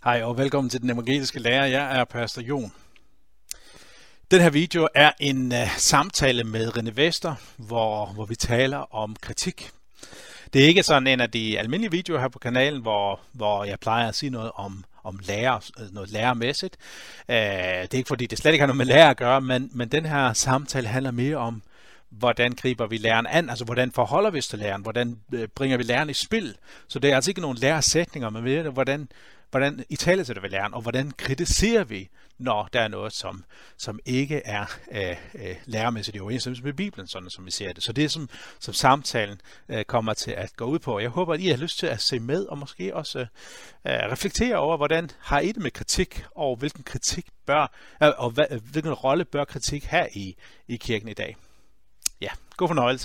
Hej og velkommen til Den Evangeliske Lærer. Jeg er Pastor Jon. Den her video er en samtale med René Vester, hvor vi taler om kritik. Det er ikke sådan en af de almindelige videoer her på kanalen, hvor jeg plejer at sige noget om lærer, noget lærermæssigt. Det er ikke fordi, det slet ikke har noget med lærer at gøre, men den her samtale handler mere om, hvordan griber vi læreren an, altså hvordan forholder vi os til læreren, hvordan bringer vi læreren i spil. Så det er altså ikke nogen lærersætninger, men mere hvordan italesætter vi læreren, og hvordan kritiserer vi, når der er noget, som ikke er lærermæssigt i overensstemmelse med Bibelen, sådan som vi ser det. Så det er som samtalen kommer til at gå ud på. Jeg håber, at I har lyst til at se med, og måske også reflektere over, hvordan har I det med kritik, og hvilken kritik hvilken rolle bør kritik have i kirken i dag. Ja, god fornøjelse.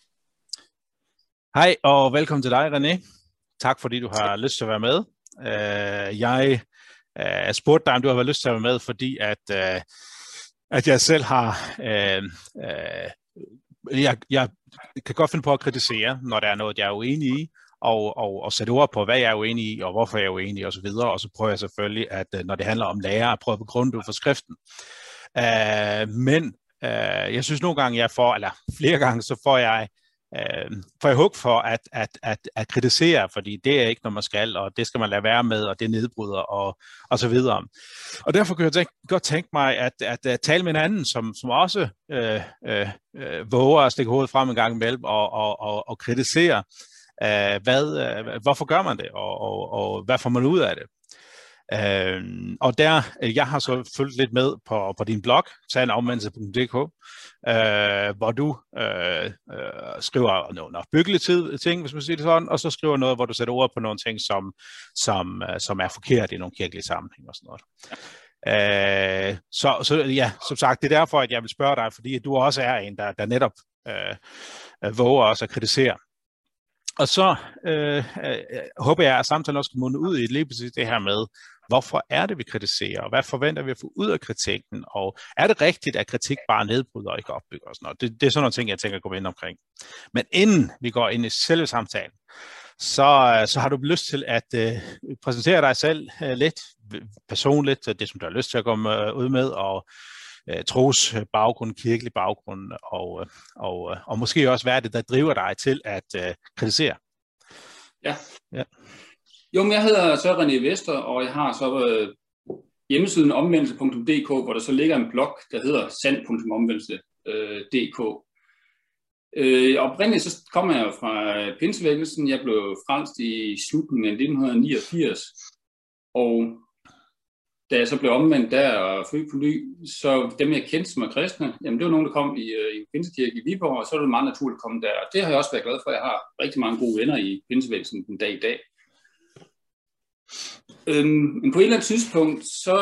Hej, og velkommen til dig, René. Tak fordi du har lyst til at være med. Jeg spurgte dig, om du har lyst til at være med, fordi at jeg selv har jeg kan godt finde på at kritisere, når der er noget, jeg er uenig i, og sætte ord på, hvad jeg er uenig i, og hvorfor jeg er uenig i, og så videre. Og så prøver jeg selvfølgelig, at når det handler om lærer, at prøve at begrunde det for skriften. Men jeg synes nogle gange, flere gange, så får jeg hug for at kritisere, fordi det er ikke noget, man skal, og det skal man lade være med, og det nedbryder, og så videre. Og derfor kunne jeg godt tænke mig at tale med en anden, som også våger at stikke hovedet frem en gang imellem, og kritisere, hvorfor gør man det, og hvad får man ud af det. Og jeg har så fulgt lidt med på din blog, sandafmændelse.dk, hvor du skriver nogle opbyggelige ting, hvis man siger det sådan, og så skriver noget, hvor du sætter ord på nogle ting, som er forkert i nogle kirkelige sammenhæng og sådan noget. Så ja, som sagt, det er derfor, at jeg vil spørge dig, fordi du også er en, der netop våger også at kritisere. Og så håber jeg, at samtalen også kan munde ud i lige præcis det her med, hvorfor er det, vi kritiserer, og hvad forventer vi at få ud af kritikken, og er det rigtigt, at kritik bare nedbryder og ikke opbygger og sådan noget. Det er sådan nogle ting, jeg tænker at gå ind omkring. Men inden vi går ind i selve samtalen, så har du lyst til at præsentere dig selv lidt personligt, det som du har lyst til at komme ud med, og tros baggrund, kirkelig baggrund, og måske også, hvad er det, der driver dig til at kritisere? Ja. Jo, men jeg hedder så René Vester, og jeg har så hjemmesiden omvendelse.dk, hvor der så ligger en blog, der hedder sand.omvendelse.dk. Oprindeligt så kommer jeg fra pinsevækkelsen. Jeg blev frelst i slutningen af 1989, og da jeg så blev omvendt der og født på ny, så dem jeg kendte som er kristne, jamen det var nogen, der kom i Pinsekirke i Viborg, og så var det meget naturligt at komme der. Og det har jeg også været glad for. Jeg har rigtig mange gode venner i pinsevækkelsen den dag i dag. Men på et eller andet tidspunkt,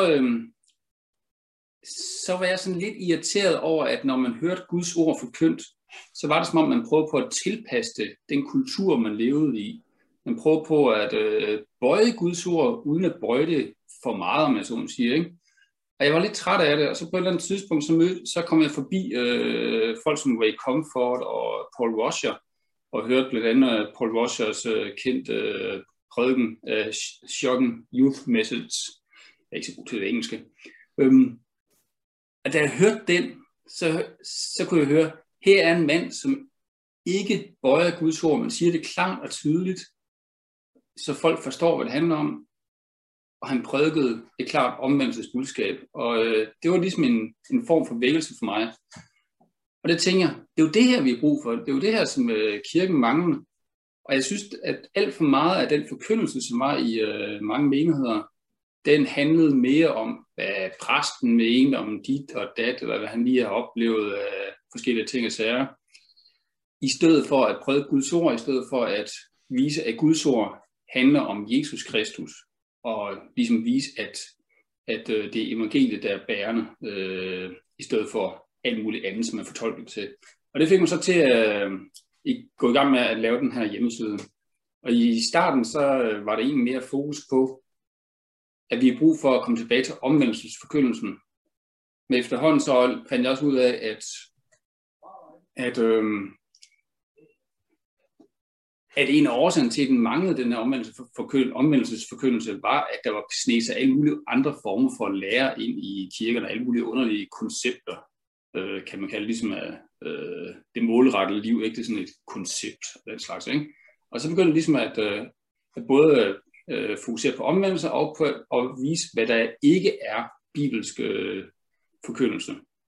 så var jeg sådan lidt irriteret over, at når man hørte Guds ord forkyndt, så var det som om, man prøvede på at tilpasse den kultur, man levede i. Man prøvede på at bøje Guds ord, uden at bøje det for meget, om jeg så må sige, ikke? Og jeg var lidt træt af det, og så på et eller andet tidspunkt, så kom jeg forbi folk som Ray Comfort og Paul Washer, og hørte blandt andet Paul Washers kendte prædiken Shocking Youth Message. Jeg er ikke så god til det engelske. Og da jeg hørte den, så kunne jeg høre, her er en mand, som ikke bøjer Guds ord, men siger det klart og tydeligt, så folk forstår, hvad det handler om. Og han prædikede et klart omvendelsesbudskab. Og det var ligesom en form for vækkelse for mig. Og det tænker jeg, det er jo det her, vi har brug for. Det er jo det her, som kirken mangler. Og jeg synes, at alt for meget af den forkyndelse, som var i mange menigheder, den handlede mere om, hvad præsten mente om dit og dat, eller hvad han lige har oplevet af forskellige ting og sager. I stedet for at prædike Guds ord, i stedet for at vise, at Guds ord handler om Jesus Kristus, og ligesom vise, at det er evangeliet, der er bærende, i stedet for alt muligt andet, som man fortolker det til. Og det fik mig så til at gå i gang med at lave den her hjemmeside. Og i starten så var der egentlig mere fokus på, at vi har brug for at komme tilbage til omvendelsesforkyndelsen. Men efterhånden så fandt jeg også ud af, at at en af årsagen til, at den manglede den her omvendelsesforkyndelse, var, at der var sneget sig alle mulige andre former for at lære ind i kirkerne, alle mulige underlige koncepter, kan man kalde ligesom det målrettede liv, ikke? Det er sådan et koncept af den slags, ikke? Og så begyndte ligesom at både fokusere på omvendelse og på at vise, hvad der ikke er bibelsk forkyndelse.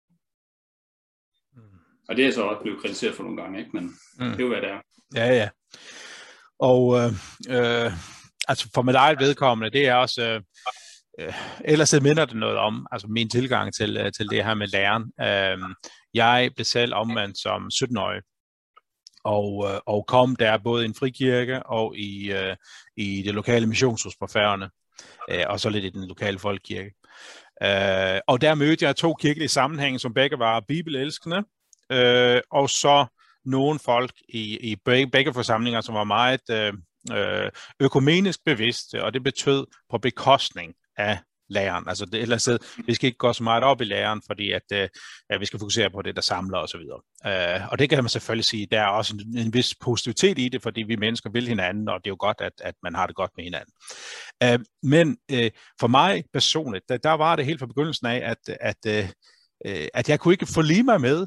Og det er så også blevet kritiseret for nogle gange, ikke? Men det er jo, hvad det er. Ja. Og altså for mit eget vedkommende, det er også, ellers det minder det noget om, altså min tilgang til det her med læren. Jeg blev selv omvendt som 17-årig, og kom der både i en frikirke og i det lokale missionshus på Færøerne, og så lidt i den lokale folkekirke. Og der mødte jeg 2 kirkelige sammenhænge, som begge var bibelelskende, og så nogle folk i begge forsamlinger, som var meget økumenisk bevidste, og det betød på bekostning af læreren. Altså det, ellers vi skal ikke gå så meget op i læreren, fordi at vi skal fokusere på det, der samler og så videre. Og det kan man selvfølgelig sige, der er også en vis positivitet i det, fordi vi mennesker vil hinanden, og det er jo godt, at man har det godt med hinanden. Men for mig personligt, der var det helt fra begyndelsen af, at jeg kunne ikke forlige mig med,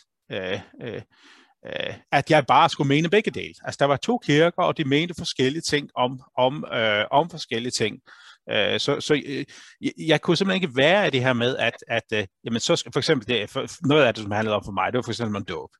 at jeg bare skulle mene begge dele. Altså der var 2 kirker, og de mente forskellige ting om forskellige ting. Så jeg kunne simpelthen ikke være i det her med, at jamen så for eksempel noget af det, som handlede om for mig, det var for eksempel om dåb.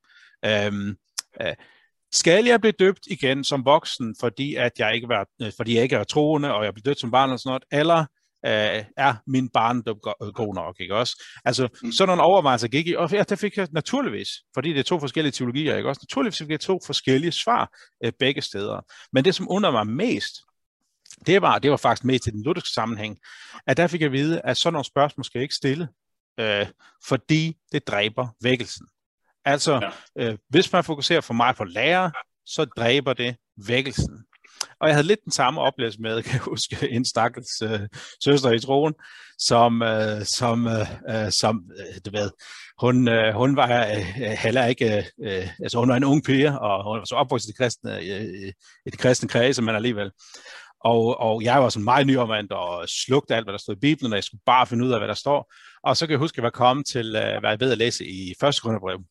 Skal jeg blive døbt igen som voksen, fordi jeg ikke er troende, og jeg blev døbt som barn eller sådan noget, eller er min barndom god nok, ikke også? Altså, sådan nogle overvejelser gik i, og der fik jeg naturligvis, fordi det er 2 forskellige teologier, ikke også? Naturligvis fik jeg 2 forskellige svar begge steder. Men det, som undrede mig mest, det var faktisk mest i den lutherske sammenhæng, at der fik jeg at vide, at sådan nogle spørgsmål skal jeg ikke stille, fordi det dræber vækkelsen. Altså, hvis man fokuserer for meget på lære, så dræber det vækkelsen. Og jeg havde lidt den samme oplevelse med, kan jeg huske, en stakkels søster i troen, som du ved, hun var heller ikke, altså hun var en ung pige, og hun var så opvokset i det kristne kreds, men alligevel. Og jeg var sådan meget nyomvendt og slugte alt, hvad der stod i Bibelen, og jeg skulle bare finde ud af, hvad der står. Og så kan jeg huske, at jeg var kommet til, hvad jeg ved at læse i 1. Korintherbrev.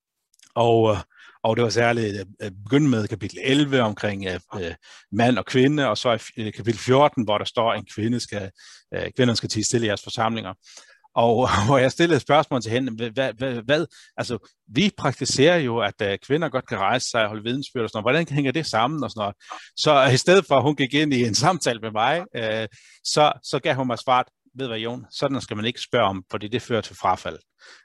Og det var særligt begyndt med kapitel 11 omkring mand og kvinde, og så i kapitel 14, hvor der står, at kvinderne skal tie stille i jeres forsamlinger. Og hvor jeg stillede et spørgsmål til hende, hvad? Altså, vi praktiserer jo, at kvinder godt kan rejse sig og holde vidensbyrd og sådan noget. Hvordan hænger det sammen og sådan noget? Så i stedet for, at hun gik ind i en samtale med mig, så gav hun mig svaret, ved hvad, Jon, sådan skal man ikke spørge om, fordi det fører til frafald.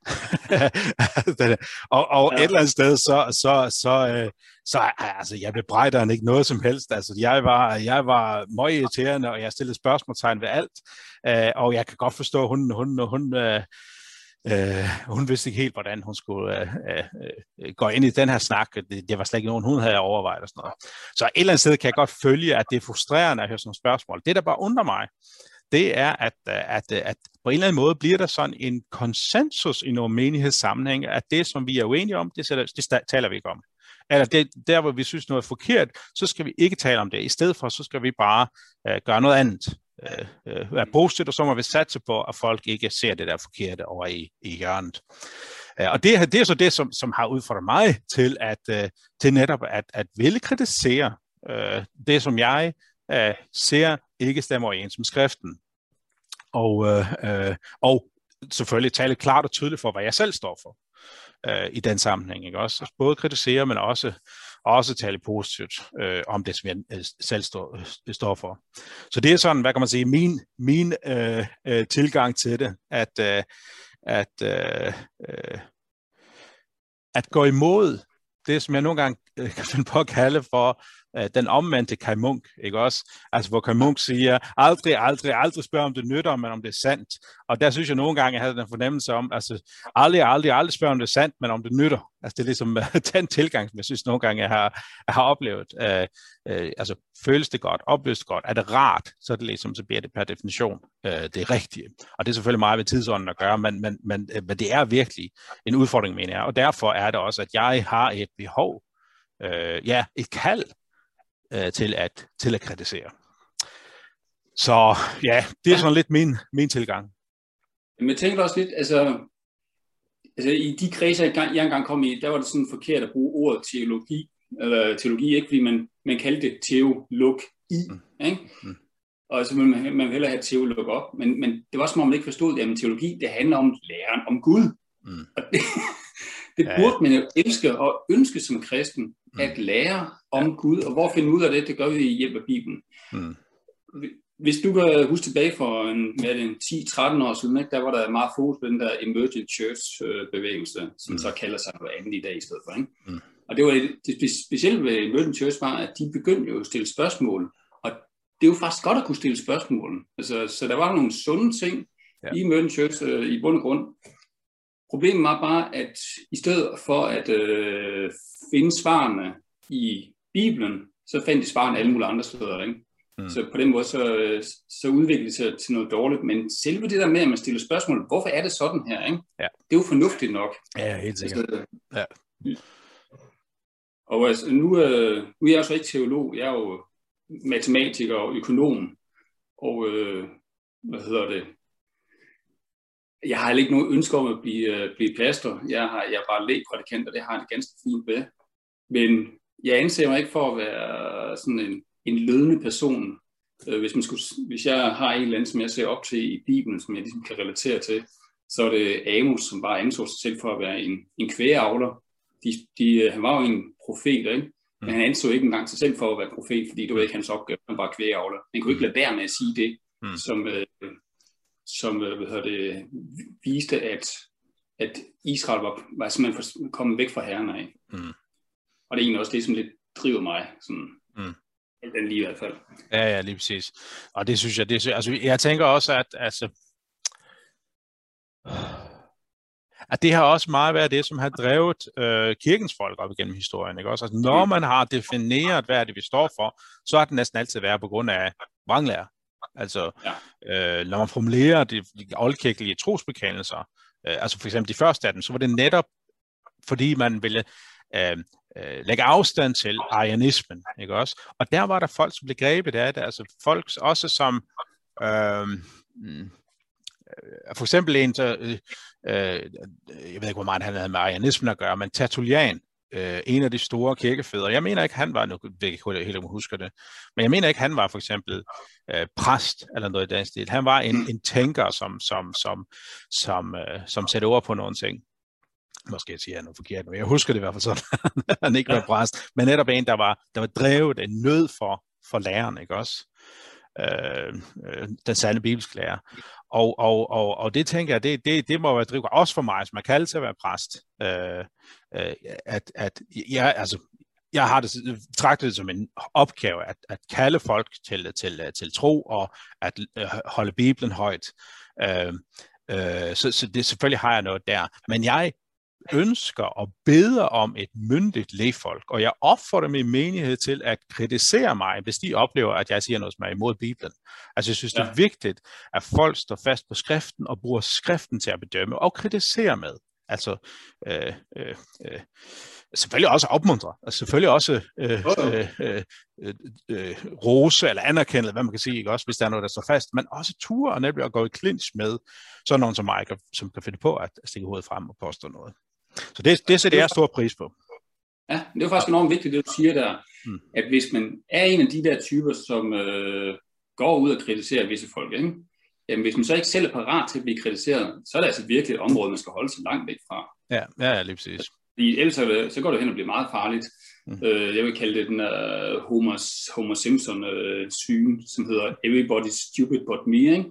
og et eller andet sted, så altså, jeg bebrejder ikke noget som helst. Altså, jeg var meget irriterende, og jeg stillede spørgsmålstegn ved alt. Og jeg kan godt forstå, hun vidste ikke helt, hvordan hun skulle gå ind i den her snak. Det var slet ikke nogen, hun havde overvejet og sådan noget. Så et eller andet sted kan jeg godt følge, at det er frustrerende at høre sådan nogle spørgsmål. Det, der bare undrer mig, det er, at på en eller anden måde bliver der sådan en konsensus i nogle menighedssammenhæng, at det, som vi er uenige om, det taler vi ikke om. Eller der, hvor vi synes noget er forkert, så skal vi ikke tale om det. I stedet for, så skal vi bare gøre noget andet. Være positivt, og så må vi satse på, at folk ikke ser det der forkerte over i hjørnet. Og det er så det, som har udfordret mig til netop at ville kritisere det, som jeg ser ikke stemmer overens med skriften. Og selvfølgelig tale klart og tydeligt for, hvad jeg selv står for i den sammenhæng. Ikke? Også både kritisere, men også tale positivt om det, som jeg selv står for. Så det er sådan, hvad kan man sige, min tilgang til det, at gå imod det, som jeg nogle gange kan finde på at kalde for den omvendte Kai Munk, ikke også? Altså hvor Kai Munk siger, aldrig spørg om det nytter, men om det er sandt. Og der synes jeg nogle gange, jeg havde den fornemmelse om, altså aldrig spørg om det er sandt, men om det nytter. Altså det er ligesom den tilgang, som jeg synes nogle gange, jeg har oplevet. Altså føles det godt, opleves det godt, er det rart, så er det ligesom, så bliver det per definition det rigtige. Og det er selvfølgelig meget ved tidsånden at gøre, men det er virkelig en udfordring, mener jeg. Og derfor er det også, at jeg har et behov, et kald til at kritisere. Så ja, det er sådan lidt min tilgang. Men jeg tænker også lidt, altså i de kredser, jeg engang kom i, der var det sådan forkert at bruge ordet teologi, eller teologi, ikke, fordi man kaldte det teologi, ikke? Og så man vil hellere have teolog op, men det var som om man ikke forstod, at teologi, det handler om læren om Gud. Og det burde man jo elske og ønske som kristen, at lære om Gud, og hvor finde ud af det gør vi i hjælp af Bibelen. Hvis du kan huske tilbage for 10-13 år siden, ikke, der var der meget fokus på den der Emergent Church bevægelse, som så kalder sig noget andet i dag i stedet for. Ikke? Og det var det specielt ved Emergent Church var, at de begyndte jo at stille spørgsmål, og det er jo faktisk godt at kunne stille spørgsmål. Altså, så der var nogle sunde ting i Emergent Church i bund og grund. Problemet var bare, at i stedet for at finde svarene i Bibelen, så fandt de svarene alle mulige andre steder, ikke? Så på den måde, så udviklede det sig til noget dårligt. Men selve det der med, at man stiller spørgsmål, hvorfor er det sådan her, ikke? Ja. Det er jo fornuftigt nok. Ja, helt sikkert. Ja. Og altså, nu er jeg jo så ikke teolog, jeg er jo matematiker og økonom. Og jeg har ikke nogen ønsker om at blive pastor. Jeg er bare lægprædikant, og det har jeg det ganske fint med. Men jeg anser mig ikke for at være sådan en ledende person. Hvis jeg har en eller anden, som jeg ser op til i Bibelen, som jeg ligesom kan relatere til, så er det Amos, som bare anså sig selv for at være en kvægeavler. Han var jo en profet, ikke? Men han anså ikke engang sig selv for at være profet, fordi det var ikke hans opgave, han var kvægeavler. Han kunne ikke lade være med at sige det, som viste, at Israel var simpelthen kommet væk fra Herren af. Og det er egentlig også det, som lidt driver mig, sådan den lige i hvert fald. Ja, lige præcis. Og det synes jeg, altså jeg tænker også, at det har også meget været det, som har drevet kirkens folk op igennem historien, ikke også? Altså, når man har defineret, hvad det vi står for, så har det næsten altid været på grund af vranglære. Altså, når man formulerer de oldkirkelige trosbekendelser, altså for eksempel de første af dem, så var det netop, fordi man ville lægge afstand til arianismen, ikke også? Og der var der folk, som blev grebet af det, altså folk også som for eksempel en, jeg ved ikke, hvor meget han havde med arianismen at gøre, men Tertullian, en af de store kirkefædre, jeg mener ikke, han var, nu jeg ikke helt husker det, men jeg mener ikke, han var for eksempel præst eller noget i den stil. Han var en tænker, som satte ord på nogle ting. Måske siger jeg noget forkert, men jeg husker det i hvert fald sådan, at han ikke var præst, men netop en, der var drevet en nød for læreren, ikke også? Den sande bibelske lærer. Og det tænker jeg, det må være drivet også for mig, som er kaldet til at være præst. Jeg har betragtet det som en opgave at kalde folk til tro og at holde Bibelen højt. Så det selvfølgelig har jeg noget der. Men jeg ønsker og beder om et myndigt lægfolk, og jeg opfordrer min menighed til at kritisere mig, hvis de oplever, at jeg siger noget, som er imod Bibelen. Altså jeg synes, det er vigtigt, at folk står fast på skriften og bruger skriften til at bedømme og kritisere med. Altså selvfølgelig også opmuntre, og selvfølgelig også rose eller anerkende, hvad man kan sige, ikke også, hvis der er noget, der står fast, men også ture og nemlig at gå i clinch med sådan nogen som mig, som kan finde på at stikke hovedet frem og påstå noget. Så det sætter jeg stor pris på. Ja, det er faktisk enormt vigtigt, det du siger der, at hvis man er en af de der typer, som går ud og kritiserer visse folk, ikke? Jamen, hvis man så ikke selv er parat til at blive kritiseret, så er det altså virkelig et område, man skal holde sig langt væk fra. Ja, lige præcis. Fordi ellers så går det hen og bliver meget farligt. Jeg vil kalde det den Homer Simpson-syge, som hedder Everybody's Stupid But Me, ikke?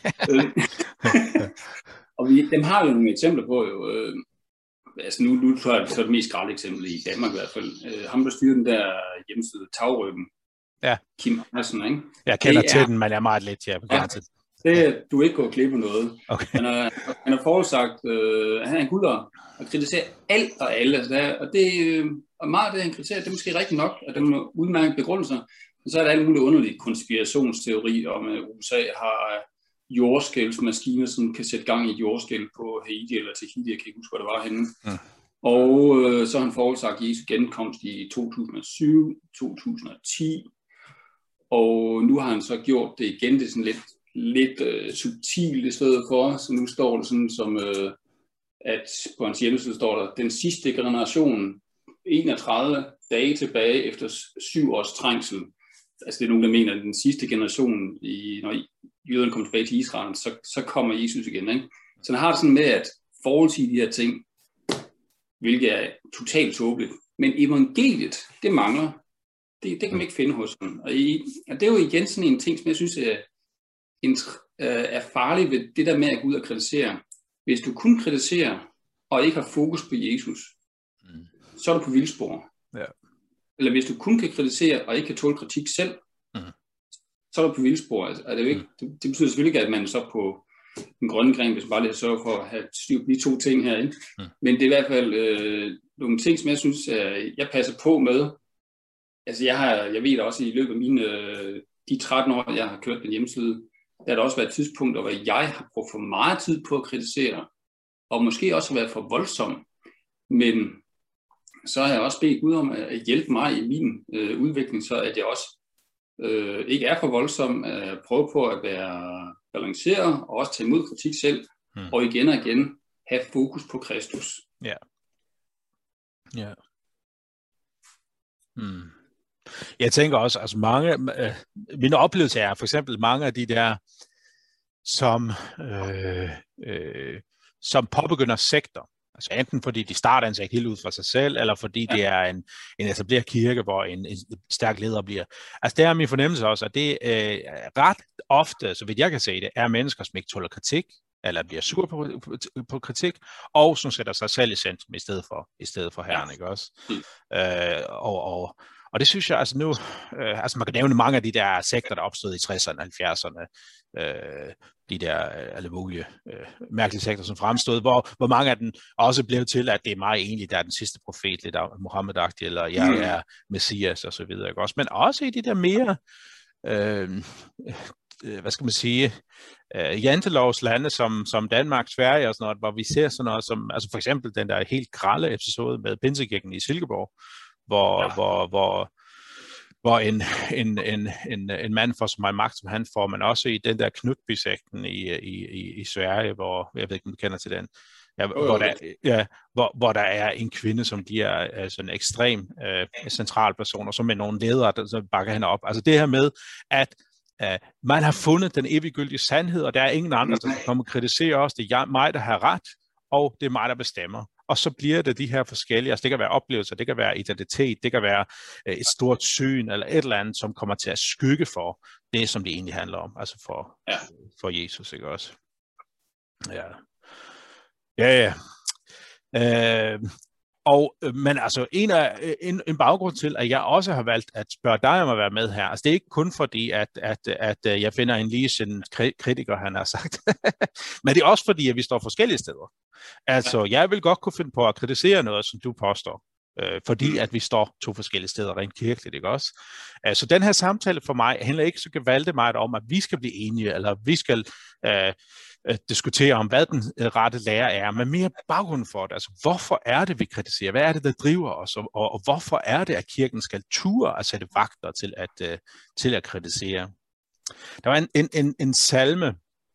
Og dem har jo nogle eksempler på, altså nu tror jeg, så er det mest grelle eksempel i Danmark i hvert fald. Ham, der styrer den der hjemmeside Tagryggen. Ja. Kim Andersen, ikke? Jeg kender til den, men jeg er meget lidt til. Du er ikke gået glip af noget. Okay. Han har forudsagt, han er en gud og kritiserer alt og alle. Altså og meget af det, han kritiserer, det er måske rigtigt nok, at der er udmærket begrundelser. Men så er der alle mulige underlige konspirationsteori om, at USA har jordskælvsmaskiner, som kan sætte gang i et jordskælv på Haiti eller Tahiti. Jeg kan ikke huske, hvor det var henne. Og så har han forudsagt Jesu genkomst i 2007, 2010, og nu har han så gjort det igen. Det er sådan lidt subtilt i stedet for, så nu står det sådan som, at på hans hjemmeside står der, den sidste generation, 31 dage tilbage efter 7 års trængsel. Altså det er nogen, der mener, at den sidste generation, når jøderne kommer tilbage til Israel, så kommer Jesus igen. Ikke? Så han har det sådan med at forudsige de her ting, hvilket er totalt tåbeligt. Men evangeliet, det mangler. Det kan man ikke finde hos ham. Og det er jo igen sådan en ting, som jeg synes er farlig ved det der med at gå ud og kritisere. Hvis du kun kritiserer og ikke har fokus på Jesus, så er du på vildspor. Ja. Eller hvis du kun kan kritisere og ikke kan tåle kritik selv, så er du på vildspor. Altså, er det, ikke, det betyder selvfølgelig ikke, at man er så på den grønne gren, hvis man bare lige sørger for at have styr på de to ting her. Ikke? Men det er i hvert fald nogle ting, som jeg synes, jeg passer på med. Altså jeg ved også i løbet af mine de 13 år, jeg har kørt den hjemmeside, der har der også været tidspunkter, hvor jeg har brugt for meget tid på at kritisere, og måske også været for voldsom. Men så har jeg også bedt Gud om at hjælpe mig i min udvikling, så at jeg også ikke er for voldsom, at prøve på at være balanceret, og også tage imod kritik selv, og igen have fokus på Kristus. Ja. Ja. Jeg tænker også, altså mange, mine oplevelser er for eksempel mange af de der, som påbegynder sekter. Altså enten fordi de starter en sekt helt ud fra sig selv, eller fordi det er en etableret kirke, hvor en stærk leder bliver. Altså det er min fornemmelse også, at det ret ofte, så vidt jeg kan se det, er mennesker, som ikke tåler kritik, eller bliver sur på kritik, og som sætter sig selv i centrum i stedet for Herren, ikke også? Og det synes jeg, altså nu, altså man kan nævne mange af de der sekter, der opstod i 60'erne, 70'erne, de der alle mulige mærkelige sekter, som fremstod, hvor mange af dem også blev til, at det er meget egentlig, der er den sidste profet, lidt af Mohammed-agtig, eller jeg er Messias, og så videre, ikke også? Men også i de der mere, hvad skal man sige, jantelovs lande som Danmark, Sverige og sådan noget, hvor vi ser sådan noget som, altså for eksempel den der helt grelle episode med Pinsekirken i Silkeborg, hvor en mand får så meget magt, som han får, men også i den der Knutby-sekten i Sverige, hvor, jeg ved ikke, om du kender til den, hvor der er en kvinde, som de er sådan en ekstrem central person, og så med nogle ledere, der bakker hende op. Altså det her med, at man har fundet den eviggyldige sandhed, og der er ingen andre, der kan komme og kritisere os. Det er mig, der har ret, og det er mig, der bestemmer. Og så bliver det de her forskellige, altså det kan være oplevelser, det kan være identitet, det kan være et stort syn, eller et eller andet, som kommer til at skygge for det, som det egentlig handler om, altså for Jesus, ikke også? Ja. Men altså en baggrund til, at jeg også har valgt at spørge dig om at være med her, altså det er ikke kun fordi, at jeg finder en ligesindet kritiker, han har sagt, men det er også fordi, at vi står forskellige steder. Altså jeg vil godt kunne finde på at kritisere noget, som du påstår, fordi at vi står to forskellige steder rent kirkeligt, ikke også? Så den her samtale for mig handler ikke så gevaldigt meget om, at vi skal blive enige, eller vi skal diskutere om, hvad den rette lære er, men mere baggrunden for det. Altså, hvorfor er det, vi kritiserer? Hvad er det, der driver os? Og hvorfor er det, at kirken skal ture at sætte vagter til at kritisere? Der var en salme,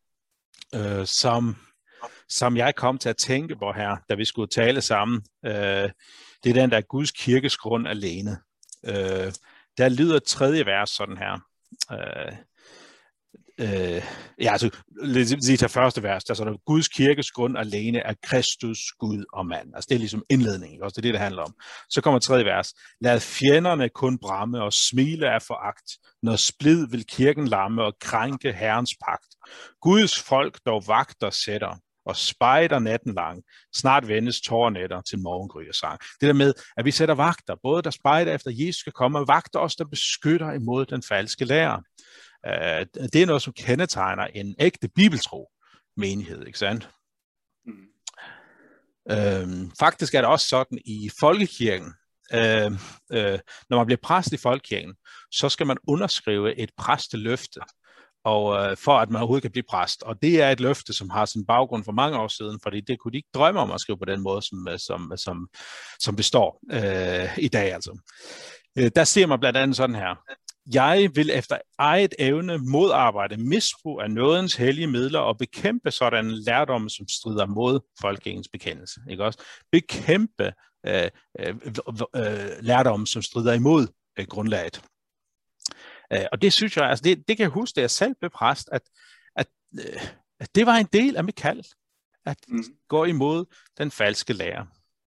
som jeg kom til at tænke på her, da vi skulle tale sammen. Det er den der Guds kirkes grund alene. Der lyder 3. vers sådan her. Altså, lige til 1. vers, der står der, Guds kirkes grund alene er Kristus, Gud og mand. Altså det er ligesom indledningen, også det er det, det handler om. Så kommer 3. vers. Lad fjenderne kun bramme og smile af foragt, når splid vil kirken lamme og krænke Herrens pagt. Guds folk dog vagter sætter og spejder natten lang. Snart vendes tårernætter til morgengry og sang. Det der med, at vi sætter vagter, både der spejder efter Jesus skal komme, og vagter os, der beskytter imod den falske lærer. Det er noget, som kendetegner en ægte bibeltro menighed, ikke sandt? Faktisk er det også sådan i folkekirken, når man bliver præst i folkekirken, så skal man underskrive et præsteløfte og for at man overhovedet kan blive præst. Og det er et løfte, som har sin baggrund for mange år siden, fordi det kunne de ikke drømme om at skrive på den måde, som det står i dag. Altså. Der ser man blandt andet sådan her. Jeg vil efter eget evne modarbejde misbrug af nådens hellige midler og bekæmpe sådan lærdomme, som strider mod folkekirkens bekendelse. Ikke også? Bekæmpe lærdomme, som strider imod grundlaget. Og det synes jeg, altså det kan jeg huske, da jeg selv blev præst, at det var en del af mit kald, at gå imod den falske lære.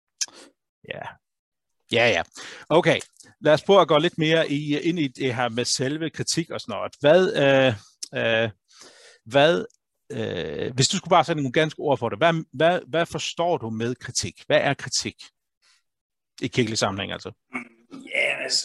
Ja. Okay, lad os prøve at gå lidt mere ind i det her med selve kritik og sådan noget. Hvis du skulle bare sætte nogle ganske ord for det, hvad forstår du med kritik? Hvad er kritik i kirkelig sammenhæng altså? Ja, altså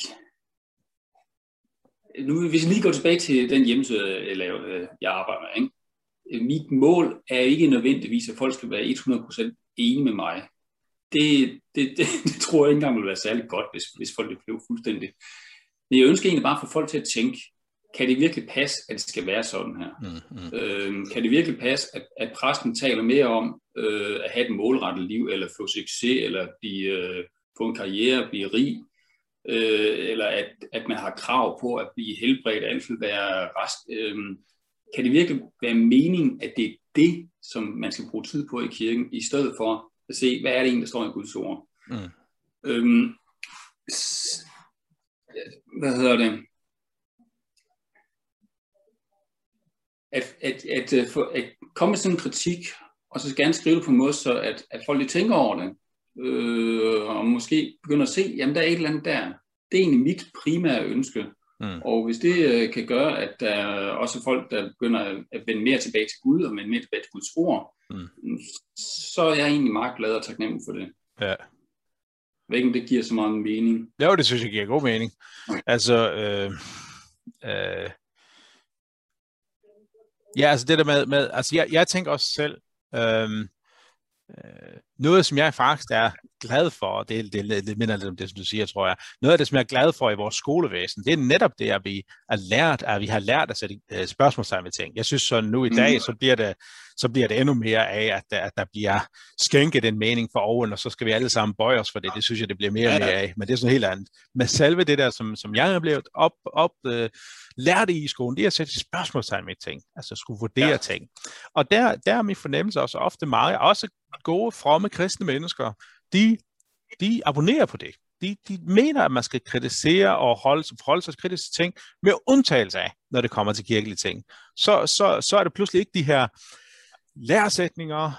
nu, hvis jeg lige går tilbage til den hjemmeside, jeg arbejder med, ikke? Mit mål er ikke nødvendigvis, at folk skal være 100% enige med mig. Det tror jeg ikke engang vil være særlig godt, hvis folk blev fuldstændig. Men jeg ønsker egentlig bare for folk til at tænke, kan det virkelig passe, at det skal være sådan her? Kan det virkelig passe, at præsten taler mere om at have et målrettet liv, eller få succes, eller få en karriere, blive rig, eller at man har krav på at blive helbredt, altid være rest. Kan det virkelig være meningen, at det er det, som man skal bruge tid på i kirken, i stedet for at se, hvad er det egentlig, der står i Guds ord? Hvad hedder det? At komme med sådan en kritik, og så gerne skrive det på en måde, så at folk lige tænker over det, og måske begynder at se, jamen der er et eller andet der. Det er egentlig mit primære ønske. Og hvis det kan gøre, at der er også folk, der begynder at vende mere tilbage til Gud, og vende mere tilbage til Guds ord, så er jeg egentlig meget glad og taknemmelig for det. Ja. Jeg ved ikke, om det giver så meget mening. Jo, det synes jeg giver god mening. Okay. Altså, altså det der med altså jeg tænker også selv, noget, som jeg faktisk er glad for, og det minder lidt om det, som du siger, tror jeg, noget af det, som jeg er glad for i vores skolevæsen, det er netop det, at vi har lært at sætte spørgsmålstegn ved ting. Jeg synes så nu i dag, så bliver det endnu mere af, at der bliver skænket en mening for oven, og så skal vi alle sammen bøje os for det. Det synes jeg, det bliver mere og mere af, men det er sådan helt andet. Men selve det der, som jeg er blevet lært i skolen, det er at sætte spørgsmålstegn med ting, altså skulle vurdere ting. Og der er min fornemmelse også ofte meget, også gode, fromme kristne mennesker, de abonnerer på det. De mener, at man skal kritisere og forholde sig kritisk til ting, med undtagelse af, når det kommer til kirkelige ting. Så er det pludselig ikke de her læresætninger,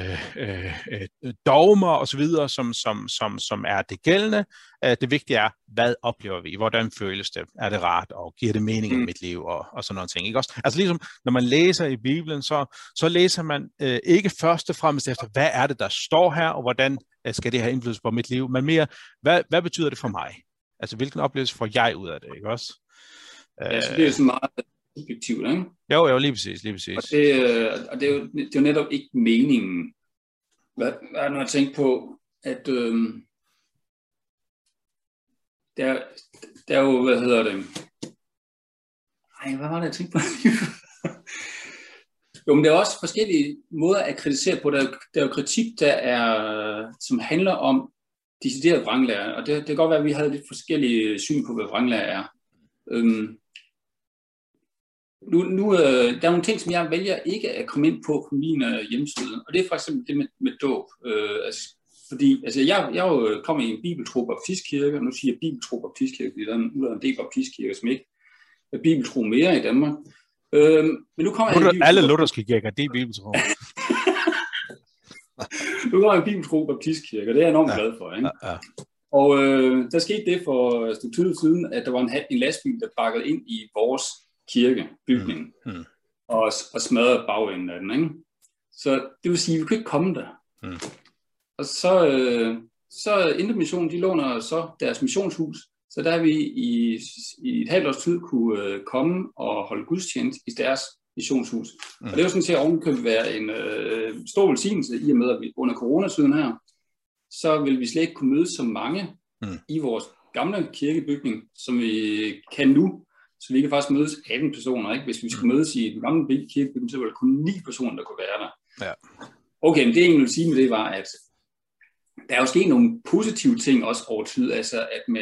dogmer osv., som er det gældende. Det vigtige er, hvad oplever vi? Hvordan føles det? Er det rart? Og giver det mening i mit liv? Og sådan nogle ting. Ikke også? Altså ligesom, når man læser i Bibelen, så læser man ikke først og fremmest efter, hvad er det, der står her, og hvordan skal det have indflydelse på mit liv, men mere, hvad betyder det for mig? Altså, hvilken oplevelse får jeg ud af det? Ikke også? Ja, så det er sådan meget subjektivt, ikke? Jo, lige præcis. Og det er jo netop ikke meningen. Hvad er nu at tænke på, at der er jo, hvad hedder det? Hvad var det, jeg tænkte på? Jo, men der er også forskellige måder at kritisere på. Der er jo kritik, som handler om decideret vranglære, og det kan godt være, at vi havde lidt forskellige syn på, hvad vranglære er. Der er nogle ting, som jeg vælger ikke at komme ind på min hjemmeside, og det er for eksempel det med dåb. Fordi jeg jo kommer i en bibeltro baptistkirke, og nu siger jeg bibeltro baptistkirke, fordi der er en del baptistkirker, som ikke er bibeltro mere i Danmark. Men nu kommer alle lutherske kirker, det er bibeltro. Nu kommer en bibeltro baptistkirke, og det er jeg enormt glad for. Ikke? Ja. Og der skete det for et stykke tid siden, at der var en lastbil, der bakkede ind i vores kirkebygning og smadrede bagenden af den. Ikke? Så det vil sige, at vi kunne ikke komme der. Og så Indre Mission, de låner så deres missionshus, så der vi i et halvt års tid kunne komme og holde gudstjeneste i deres missionshus. Og det er jo sådan til at ovenkøbet være en stor velsignelse, i og med at vi under coronatiden her, så vil vi slet ikke kunne møde så mange i vores gamle kirkebygning, som vi kan nu. Så vi kan faktisk mødes 18 personer, ikke? Hvis vi skulle mødes i den gamle kirkebygning, så var det kun 9 personer, der kunne være der. Ja. Okay, men det jeg egentlig vil sige med det var, at der er jo sket nogle positive ting også over tid, altså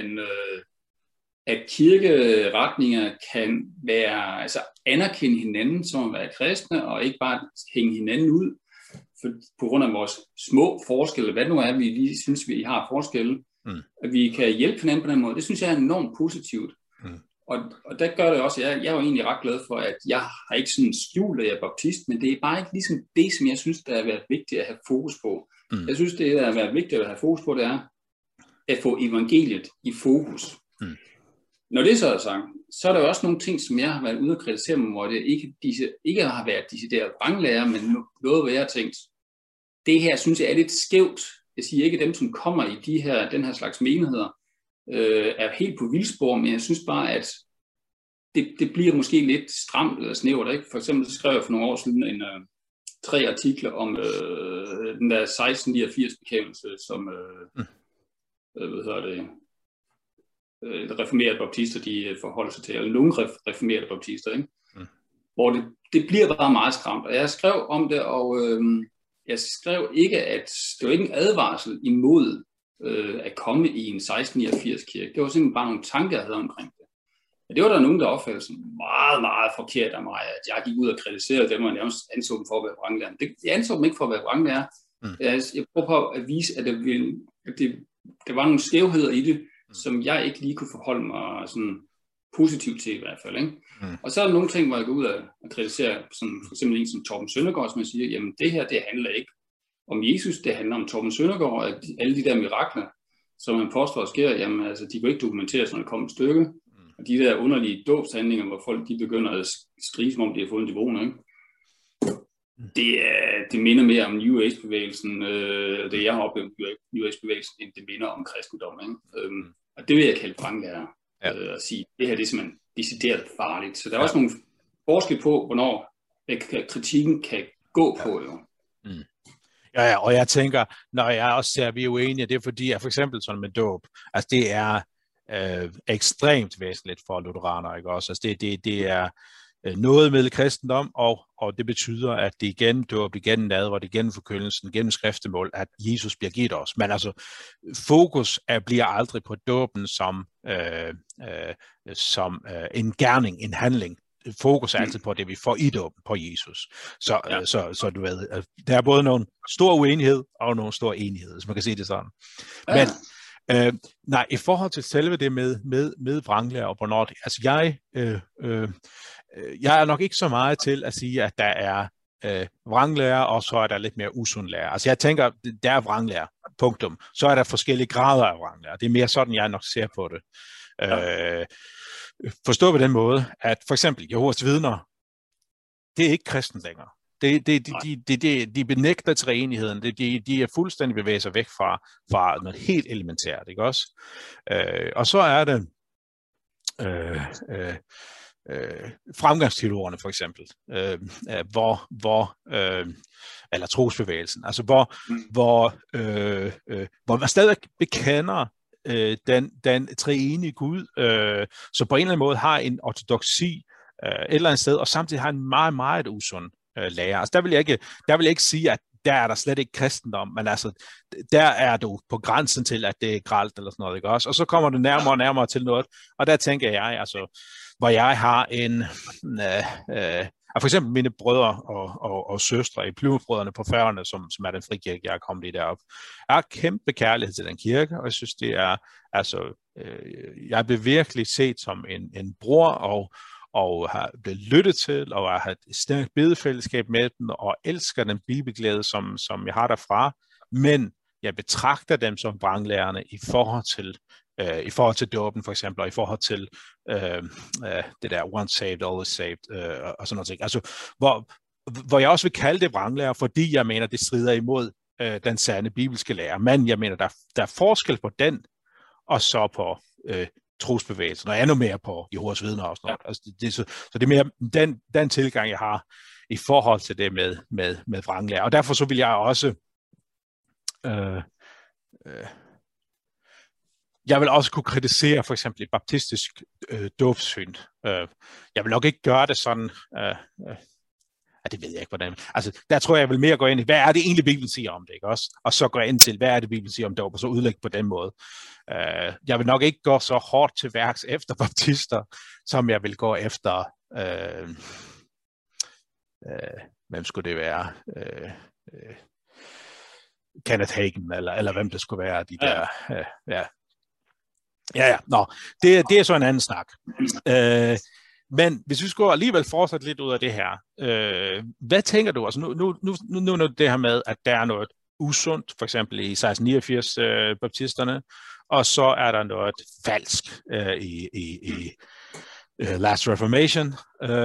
at kirkeretninger kan være, altså anerkende hinanden som at være kristne, og ikke bare hænge hinanden ud, på grund af vores små forskelle, hvad nu er, vi lige synes, vi har forskelle, at vi kan hjælpe hinanden på den måde, det synes jeg er enormt positivt. Og der gør det også, jeg er jo egentlig ret glad for, at jeg har ikke sådan skjult, at jeg er baptist, men det er bare ikke ligesom det, som jeg synes, der er været vigtigt at have fokus på. Jeg synes, det der er været vigtigt at have fokus på, det er at få evangeliet i fokus. Når det så er sagt, så er der også nogle ting, som jeg har været ude at kritisere mig, hvor det ikke har været decideret vranglærer, men noget, hvad jeg har tænkt. Det her, synes jeg, er lidt skævt. Jeg siger ikke, at dem, som kommer i den her slags menigheder, er helt på vildspor, men jeg synes bare, at det bliver måske lidt stramt eller snævert. Ikke? For eksempel så skrev jeg for nogle år siden 3 artikler om den der 1689-bekendelse, som reformerede baptister, de forholder sig til, eller nogle reformerede baptister, ikke? Hvor det bliver bare meget skræmt. Og jeg skrev om det, og jeg skrev ikke, at det var ikke en advarsel imod at komme i en 1689-kirke. Det var simpelthen bare nogle tanker, jeg havde omkring det. Men det var der nogen, der opfattede som meget, meget forkert af mig, at jeg gik ud og kritiserede dem, og nærmest anså dem for at være vranglærer. Jeg anså dem ikke for at være vranglærer. Jeg prøver på at vise, at der var nogle skævheder i det, som jeg ikke lige kunne forholde mig sådan positivt til i hvert fald. Ikke? Og så er der nogle ting, hvor jeg går ud og kritiserer, sådan for eksempel en som Torben Søndergaard, som jeg siger, jamen det her, det handler ikke om Jesus, det handler om Torben Søndergaard, og alle de der mirakler, som han påstår sker, jamen altså, de kan ikke dokumenteres, når det kommer et stykke. Og de der underlige dåbshandlinger, hvor folk de begynder at skrige, som om de har fået en dæmon, ikke? Det minder mere om New Age-bevægelsen, det jeg har oplevet New Age-bevægelsen, end det minder om kristendom. Ikke? Og det vil jeg kalde vranglærer, at sige, det her det er simpelthen decideret farligt. Så der er også nogle forskel på, hvornår kritikken kan gå på. Jo. Ja, og jeg tænker, når jeg også ser, at vi er uenige, det er fordi, at for eksempel sådan med dåb, altså det er ekstremt væsentligt for lutheranere, ikke også? Altså det er noget med kristendom, og det betyder, at det igen dåb, igen nadver, det igen forkyndelsen, gennem skriftemål, at Jesus bliver givet os. Men altså, fokus bliver aldrig på dåben som en gerning, en handling. Fokus er altid på det, vi får i dåben, på Jesus. Så du ved, der er både nogle stor uenighed og nogle stor enighed, hvis man kan sige det sådan. Men nej, i forhold til selve det med vranglærer og hvornår det, altså jeg er nok ikke så meget til at sige, at der er vranglærer, og så er der lidt mere usund lærer. Altså jeg tænker, der er vranglærer, punktum. Så er der forskellige grader af vranglærer. Det er mere sådan, jeg nok ser på det. Forstå på den måde, at for eksempel Jehovas vidner, det er ikke kristen længere. De benægter treenigheden. De er fuldstændig bevæget sig væk fra noget helt elementært, ikke også? Og så er det fremgangsteologerne for eksempel, eller trosbevægelsen, altså hvor man stadig bekender den treenige Gud, så på en eller anden måde har en ortodoksi et eller andet sted, og samtidig har en meget, meget usund lære. Altså der vil jeg ikke sige, at der er der slet ikke kristendom, men altså, der er du på grænsen til, at det er gralt eller sådan noget, ikke også? Og så kommer det nærmere og nærmere til noget, og der tænker jeg, altså, hvor jeg har for eksempel mine brødre og søstre i Plymouth-brødrene på Færøerne, som er den frikirke, jeg er kommet i deroppe. Jeg har kæmpe kærlighed til den kirke, og jeg synes, det er, altså, jeg bliver virkelig set som en bror, og har blevet lyttet til, og har et stærkt bedefællesskab med dem, og elsker den bibelglæde, som jeg har derfra, men jeg betragter dem som vranglærerne i forhold til dåben for eksempel, og i forhold til det der once saved, always saved, og sådan noget. Altså, hvor jeg også vil kalde det vranglærer, fordi jeg mener, det strider imod den sande bibelske lære, men jeg mener, der er forskel på den, og så på trosbevægelsen, og endnu mere på Jehovas vidner og sådan noget. Altså, så det er mere den tilgang, jeg har i forhold til det med vranglærer. Og derfor så vil jeg også Jeg vil også kunne kritisere for eksempel et baptistisk dåbssyn. Jeg vil nok ikke gøre det sådan... det ved jeg ikke, hvordan. Altså, der tror jeg vil mere gå ind i, hvad er det egentlig, Bibelen siger om det, ikke også? Og så gå ind til, hvad er det, Bibelen siger om det, og så udlægge på den måde. Jeg vil nok ikke gå så hårdt til værks efter baptister, som jeg vil gå efter... hvem skulle det være? Kenneth Hagin, eller hvem det skulle være, de der... Nå, det er så en anden snak. Men hvis vi skulle alligevel fortsætte lidt ud af det her, hvad tænker du? Altså nu det her med, at der er noget usundt, for eksempel i 1689 baptisterne, og så er der noget falsk i Last Reformation.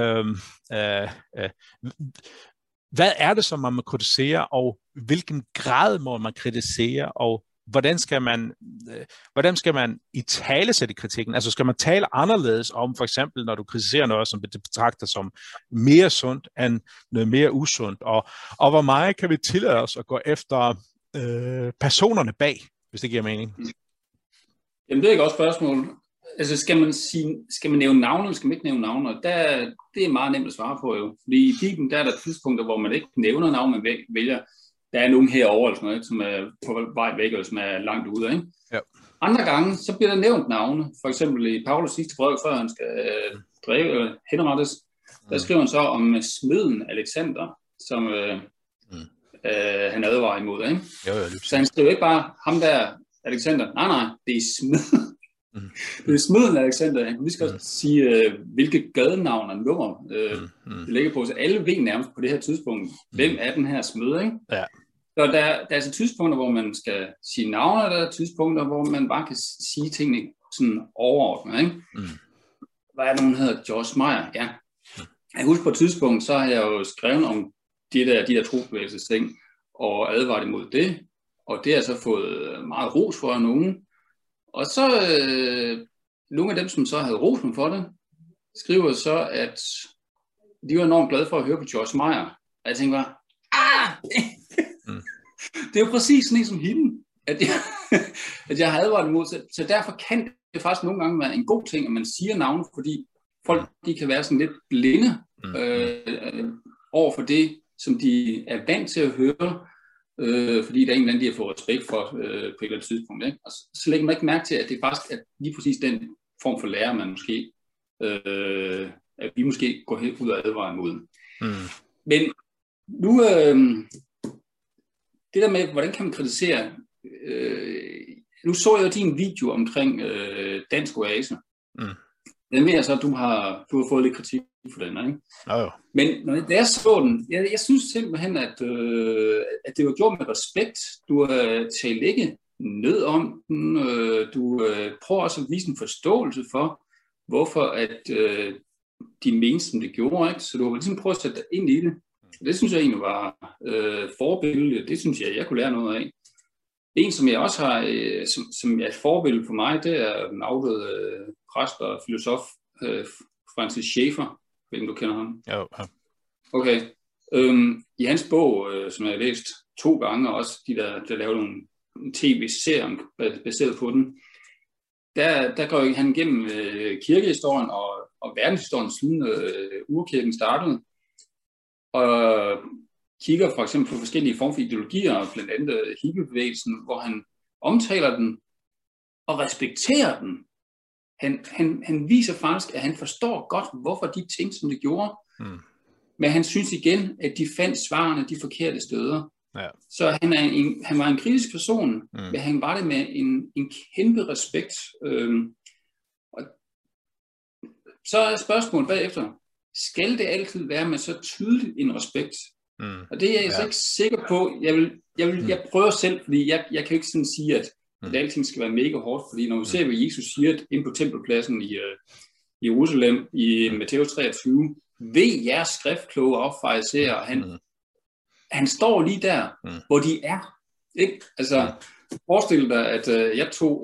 Hvad er det, som man må kritisere, og hvilken grad må man kritisere, og hvordan skal man italesætte kritikken? Altså skal man tale anderledes om, for eksempel når du kritiserer noget, som det betragter som mere sundt end noget mere usundt, og hvor meget kan vi tillade os at gå efter personerne bag, hvis det giver mening? Jamen det er et godt spørgsmål. Altså skal man nævne navne, eller skal man ikke nævne navne? Det er meget nemt at svare på jo. Fordi i Bibelen der er der tidspunkter, hvor man ikke nævner navne, man vælger. Der er nogen herovre, eller sådan noget, som er på vej væk, eller som er langt ude. Ikke? Ja. Andre gange, så bliver der nævnt navne. For eksempel i Paulus sidste brev, før han skal henrettes, der skriver han så om smeden Alexander, som han advarer imod. Ikke? Jo, så han skriver ikke bare ham der Alexander. Nej, det er smeden. Det er smeden Alexander. Vi skal også sige, hvilke gadenavn og nummer det ligger på. Så alle ved nærmest på det her tidspunkt, hvem er den her smed, ikke? Ja. Så der er altså tidspunkter, hvor man skal sige navne, og der er tidspunkter, hvor man bare kan sige tingene sådan overordnet, ikke? Hvad er det, hun hedder? George Meyer, ja. Jeg husker på et tidspunkt, så har jeg jo skrevet om de der trosbevægelses ting, og advaret imod det, og det har så fået meget ros for nogen. Og så nogle af dem, som så havde ros mig for det, skriver så, at de var enormt glade for at høre på George Meyer. Og jeg tænkte bare, det er jo præcis sådan en som hende, at jeg har advaret imod. Så derfor kan det faktisk nogle gange være en god ting, at man siger navne, fordi folk de kan være sådan lidt blinde over for det, som de er vant til at høre, fordi der er en eller anden, de har fået respekt for på et eller andet tidspunkt. Ikke? Og så lægger man ikke mærke til, at det faktisk er lige præcis den form for lærer, man måske, at vi måske går helt ud og advarer imod. Men nu, det der med, hvordan kan man kritisere, nu så jeg jo din video omkring Dansk Oase. Den ved jeg så, at du har fået lidt kritik for den, ikke? Men når jeg så den, jeg synes simpelthen, at det var gjort med respekt. Du talte ikke ned om den. Du prøver også at vise en forståelse for, hvorfor at de mente, som det gjorde, ikke? Så du har ligesom prøvet at sætte dig ind i det. Det synes jeg egentlig var forbillede. Det synes jeg kunne lære noget af. En, som jeg også har, som er et forbillede for mig, det er den afdøde præst og filosof Francis Schaeffer. Hvem du kender ham? Ja. Okay. I hans bog, som jeg har læst 2 gange, også de der lavede en tv-serie baseret på den, der går han igennem kirkehistorien og verdenshistorien siden urkirken startede, og kigger for eksempel på forskellige former for ideologier, blandt andet hippiebevægelsen, hvor han omtaler den og respekterer den. Han viser faktisk, at han forstår godt, hvorfor de ting, som det gjorde. Men han synes igen, at de fandt svarene de forkerte steder. Ja. Så han var en kritisk person, men han var det med en kæmpe respekt. Og så er spørgsmålet bagefter, skal det altid være med så tydeligt en respekt? Og det er jeg så ikke sikker på. Jeg prøver selv, fordi jeg kan ikke sådan sige, at alting skal være mega hårdt, fordi når vi ser, hvad Jesus siger inde på tempelpladsen i Jerusalem i Matthæus 23, ved jeres skriftkloge og farisæere, han står lige der, hvor de er. Ikke? Altså, forestil dig, at jeg tog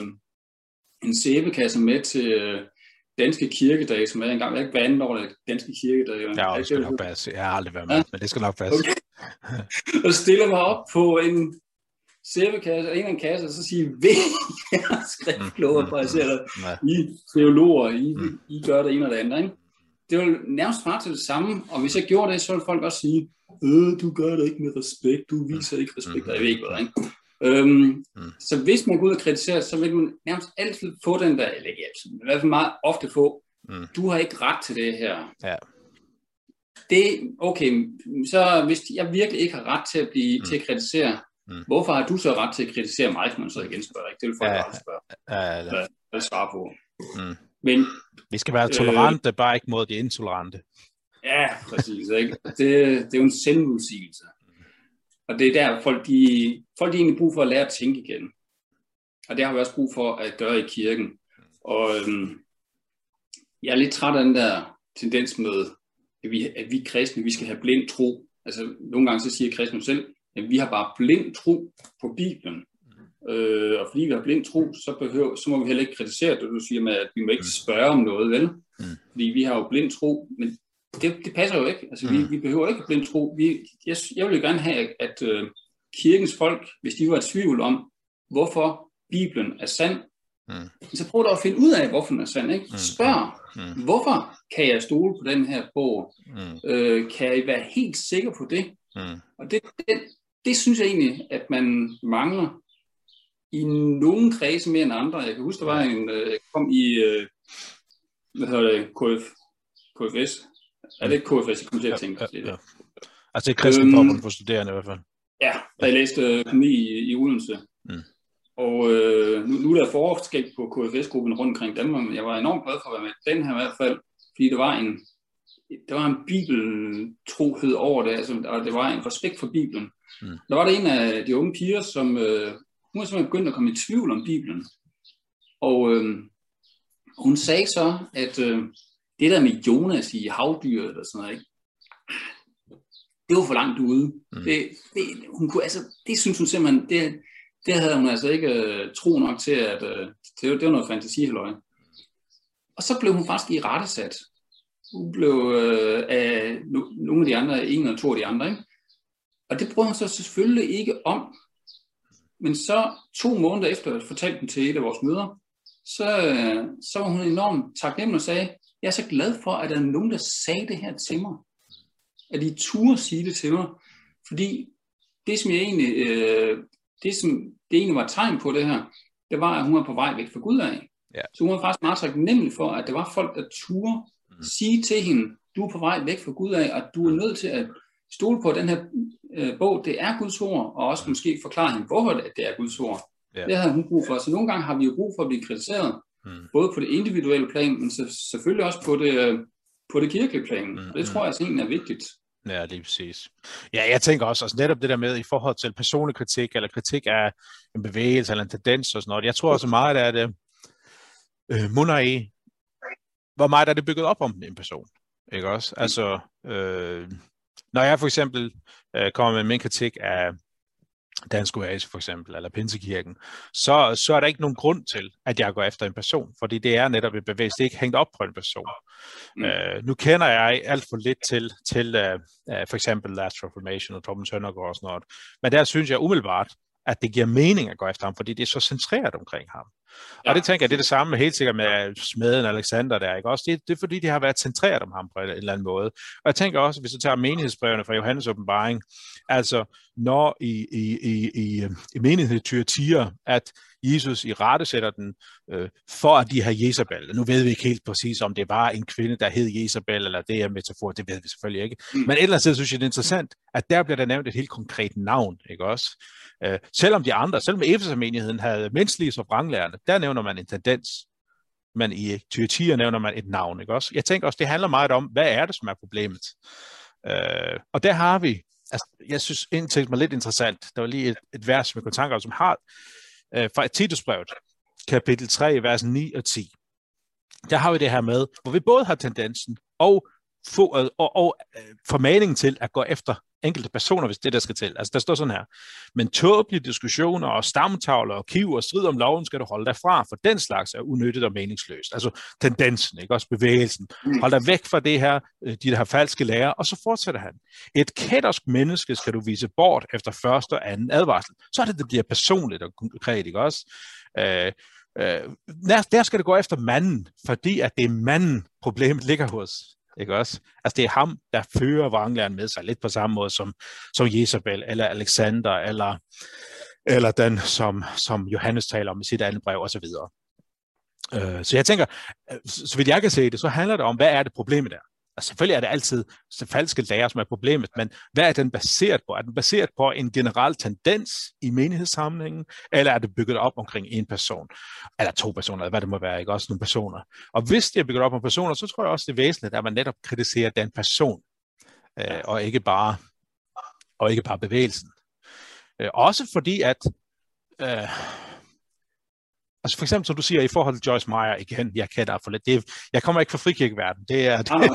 en sæbekasse med til danske kirkedage, som er engang, jeg ikke været andet over det danske kirkedage. Ja, det skal nok passe. Jeg har aldrig været med, men det skal nok passe. Okay. Og stiller mig op på en sæbekasse og en af en kasse, og så sige, ved jer skriftkloge præciserede, I teologer, I gør det ene og det andet, ikke? Det vil nærmest svare til det samme, og hvis jeg gjorde det, så ville folk også sige, du gør det ikke med respekt, du viser ikke respekt, og jeg ved ikke hvad, ikke? Så hvis man går ud og kritiserer, så vil man nærmest altid få den der, eller ikke altid, men i hvert fald meget ofte få, du har ikke ret til det her. Ja. Det, okay, så hvis jeg virkelig ikke har ret til at blive til at kritisere, hvorfor har du så ret til at kritisere mig, kan man så igen spørge, ikke? Det vil folk aldrig spørge. Hvad svare på. Men vi skal være tolerante, bare ikke mod de intolerante. Ja, præcis. Ikke? Det er jo en selvudsigelse. Og det er der, folk de egentlig brug for at lære at tænke igen. Og det har vi også brug for at gøre i kirken. Og jeg er lidt træt af den der tendens med, at vi kristne, vi skal have blind tro. Altså nogle gange så siger kristne selv, at vi har bare blind tro på Bibelen. Og fordi vi har blind tro, så må vi heller ikke kritisere det. Du siger med, at vi må ikke spørge om noget, vel? Fordi vi har jo blind tro, men det passer jo ikke. Altså vi behøver ikke blind tro. Jeg vil jo gerne have, at kirkens folk, hvis de var i tvivl om, hvorfor Bibelen er sand, så prøv at finde ud af, hvorfor den er sand, ikke? Spørg, hvorfor kan jeg stole på den her bog? Kan jeg være helt sikker på det? Og det synes jeg egentlig, at man mangler i nogle kredse mere end andre. Jeg kan huske, der var jeg kom i, KFS. Er det ikke KFS, jeg kom til at tænke lidt? Ja. Altså det er kristenforbund for studerende i hvert fald. Ja, da jeg læste økonomi i Odense. Og nu er der forskab på KFS-gruppen rundt omkring Danmark, men jeg var enormt glad for at være med den her i hvert fald, fordi der var en bibeltrohed over det, altså, og det var en respekt for Bibelen. Der var der en af de unge piger, som hun var simpelthen begyndt at komme i tvivl om Bibelen. Og hun sagde så, at det der med Jonas i havdyret og sådan noget, ikke? Det var for langt ude. Det synes hun simpelthen, det havde hun altså ikke tro nok til, at det var noget fantasihalløj. Og så blev hun faktisk irettesat. Hun blev af nogle af de andre, en eller to af de andre, ikke? Og det brød hun så selvfølgelig ikke om. Men så 2 måneder efter at fortalte hun til et af vores møder, så var hun enormt taknemmelig og sagde, jeg er så glad for, at der er nogen, der sagde det her til mig. At de turde sige det til mig. Fordi det, som det egentlig var et tegn på det her, det var, at hun var på vej væk fra Gud af. Ja. Så hun var faktisk meget taknemmelig for, at der var folk, der turde sige til hende, du er på vej væk fra Gud af, og du er nødt til at stole på, at den her bog, det er Guds ord, og også måske forklare hende, hvorfor det er Guds ord. Ja. Det havde hun brug for. Så nogle gange har vi brug for at blive kritiseret, både på det individuelle plan, men selvfølgelig også på det kirkelige plan. Og det tror jeg altså egentlig er vigtigt. Ja, lige præcis. Ja, jeg tænker også, altså netop det der med i forhold til personlig kritik, eller kritik af en bevægelse, eller en tendens og sådan noget. Jeg tror også meget, at det munder i, hvor meget er det bygget op om en person. Ikke også? Altså, når jeg for eksempel kommer med min kritik af Dansk Oase for eksempel, eller Pinsekirken, så er der ikke nogen grund til, at jeg går efter en person, fordi det er netop et bevægelse, det er ikke hængt op på en person. Nu kender jeg alt for lidt til for eksempel Last Reformation og Torben Søndergaard og sådan noget, men der synes jeg umiddelbart, at det giver mening at gå efter ham, fordi det er så centreret omkring ham. Ja. Og det tænker jeg, det er det samme helt sikkert med smeden Alexander der, ikke også? Det er fordi, de har været centreret om ham på en eller anden måde. Og jeg tænker også, hvis du tager menighedsbrevene fra Johannes åbenbaring, altså når i menigheden Thyatira, at Jesus irettesætter den for at de har Jezabel. Nu ved vi ikke helt præcis, om det var en kvinde, der hed Jezabel, eller det er metafor, det ved vi selvfølgelig ikke. Men et eller andet sted synes jeg, det er interessant, at der bliver der nævnt et helt konkret navn, ikke også? Selvom Efesermenigheden havde menneskelige som vranglærerne, der nævner man en tendens, men i Thyatira nævner man et navn, ikke også? Jeg tænker også, det handler meget om, hvad er det, som er problemet? Og der har vi, altså, jeg synes, en ting var lidt interessant, der var lige et vers, som jeg kunne tanke om, som har fra Titusbrevet, kapitel 3, vers 9 og 10. Der har vi det her med, hvor vi både har tendensen og formaningen til at gå efter enkelte personer, hvis det der skal til. Altså der står sådan her, men tåbelige diskussioner og stamtavler og kiv og strid om loven skal du holde dig fra, for den slags er unyttigt og meningsløst. Altså tendensen, ikke? Også bevægelsen. Hold dig væk fra det her, de her falske lærer, og så fortsætter han. Et kættersk menneske skal du vise bort efter første og anden advarsel. Så er det bliver personligt og konkret, ikke også? Der skal det gå efter manden, fordi at det er manden, problemet ligger hos. Ikke også? Altså det er ham, der fører vranglæren med sig, lidt på samme måde som Jezabel, eller Alexander, eller den, som Johannes taler om i sit andet brev, osv. Så jeg tænker, så vidt jeg kan se det, så handler det om, hvad er det problemet der? Altså selvfølgelig er det altid falske lærer, som er problemet, men hvad er den baseret på? Er den baseret på en generel tendens i menighedssammenhængen, eller er det bygget op omkring en person, eller to personer, eller hvad det må være, ikke også nogle personer? Og hvis det er bygget op om personer, så tror jeg også, det er væsentligt, at man netop kritiserer den person, og ikke bare bevægelsen. Også fordi, at altså for eksempel, som du siger, i forhold til Joyce Meyer, igen, jeg kender for lidt, jeg kommer ikke fra frikirkeverdenen, det er det.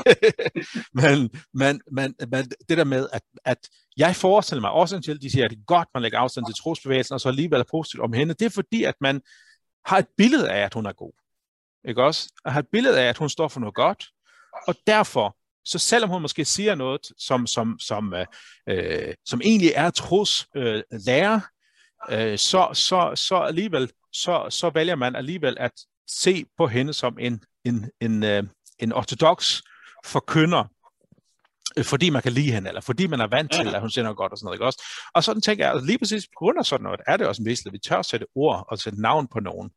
men det der med, at jeg forestiller mig, også til, de siger, at det er godt, man lægger afstand til trosbevægelsen, og så alligevel er positivt om hende, det er fordi, at man har et billede af, at hun er god. Ikke også? At har et billede af, at hun står for noget godt, og derfor, så selvom hun måske siger noget, som egentlig er troslærer, så alligevel, så vælger man alligevel at se på hende som en ortodox forkynder, fordi man kan lide hende, eller fordi man er vant til, at hun siger noget godt og sådan noget, ikke også? Og sådan tænker jeg, at lige præcis på grund af sådan noget, er det også væsentligt, at vi tør sætte ord og sætte navn på nogen.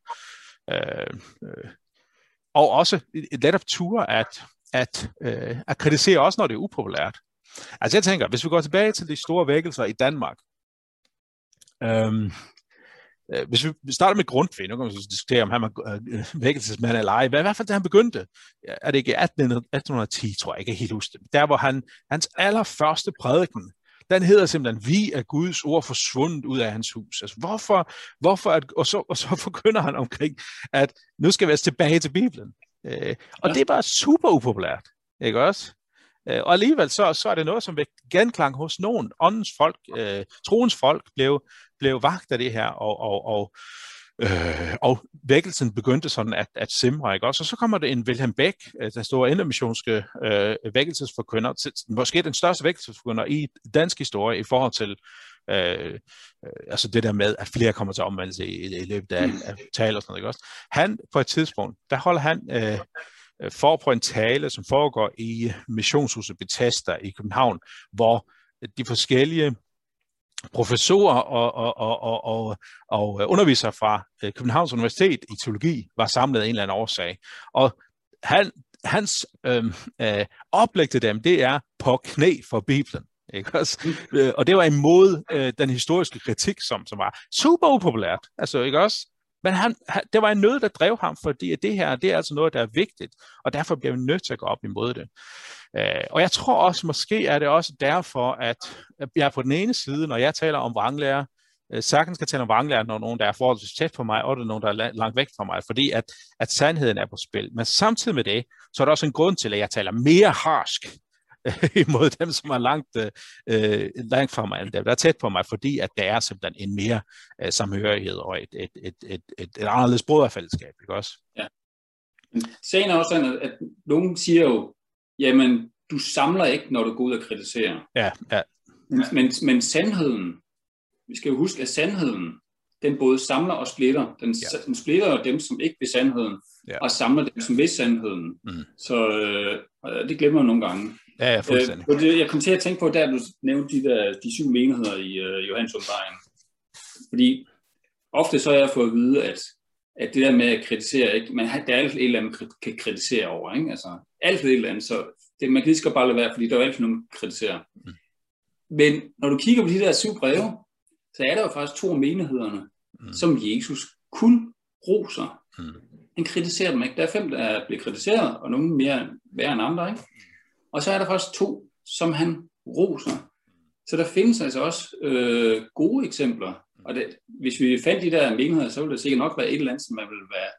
Og også let op ture at kritisere også, når det er upopulært. Altså jeg tænker, hvis vi går tilbage til de store vækkelser i Danmark, hvis vi starter med Grundtvig, nu kan vi diskutere, om han var vækkelsesmand eller ej, i hvert fald da han begyndte, er det ikke 1810, tror jeg, ikke helt huske det, der hvor hans allerførste prædiken, den hedder simpelthen, vi er Guds ord forsvundet ud af hans hus. Altså og så forkynder han omkring, at nu skal vi altså tilbage til Bibelen. Og det er bare super upopulært, ikke også? Og alligevel så er det noget, som væk genklang hos nogen. Åndens folk, troens folk blev vagt af det her, og vækkelsen begyndte sådan at simre, ikke også? Og så kommer det en Wilhelm Beck, den store indermissionske vækkelsesforkynder, måske den største vækkelsesforkynder i dansk historie i forhold til altså det der med, at flere kommer til omvendelse i løbet af taler og sådan noget, ikke også? Han på et tidspunkt, der holder han for på en tale, som foregår i Missionshuset Bethesda i København, hvor de forskellige professorer og undervisere fra Københavns Universitet i teologi var samlet af en eller anden årsag. Og hans oplæg til dem, det er på knæ for Bibelen. Ikke også? Og det var imod den historiske kritik, som var super upopulært. Altså, ikke også? Men det var en nød, der drev ham, fordi det her, det er altså noget, der er vigtigt, og derfor bliver vi nødt til at gå op imod det. Og jeg tror også, måske er det også derfor, at jeg på den ene side, når jeg taler om vranglærer, sagtens skal tale om vranglærer, når nogen, der er forholdsvis tæt på mig, og der er nogen, der er langt væk fra mig, fordi at sandheden er på spil. Men samtidig med det, så er der også en grund til, at jeg taler mere harsk imod dem, som er langt fra mig, der er tæt på mig, fordi at der er simpelthen en mere samhørighed og et anderledes broderfællesskab, ikke også? Ja. Sagen er også sådan, at nogen siger jo, jamen, du samler ikke, når du går ud og kritiserer. Ja. Men sandheden, vi skal jo huske, at sandheden, den både samler og splitter. Den splitter dem, som ikke vil sandheden, og samler dem, som vil sandheden. Så det glemmer jeg nogle gange. Ja, fuldstændig. Jeg kom til at tænke på, der du nævnte de 7 menigheder i Johannes Åbenbaring. Fordi ofte så har jeg fået at vide, at det der med at kritisere, ikke, men der er altid et eller andet, man kan kritisere over. Ikke? Altså, altid et eller andet, så man kan lige skal bare lade være, fordi der er altid nogen, man kritiserer. Men når du kigger på de der 7 breve, så er der jo faktisk 2 af menighederne, som Jesus kun roser. Han kritiserer dem ikke. Der er 5, der bliver kritiseret, og nogle mere værre end andre. Ikke? Og så er der faktisk 2, som han roser. Så der findes altså også gode eksempler. Og hvis vi fandt de der menigheder, så ville der sikkert nok være et eller andet, som man ville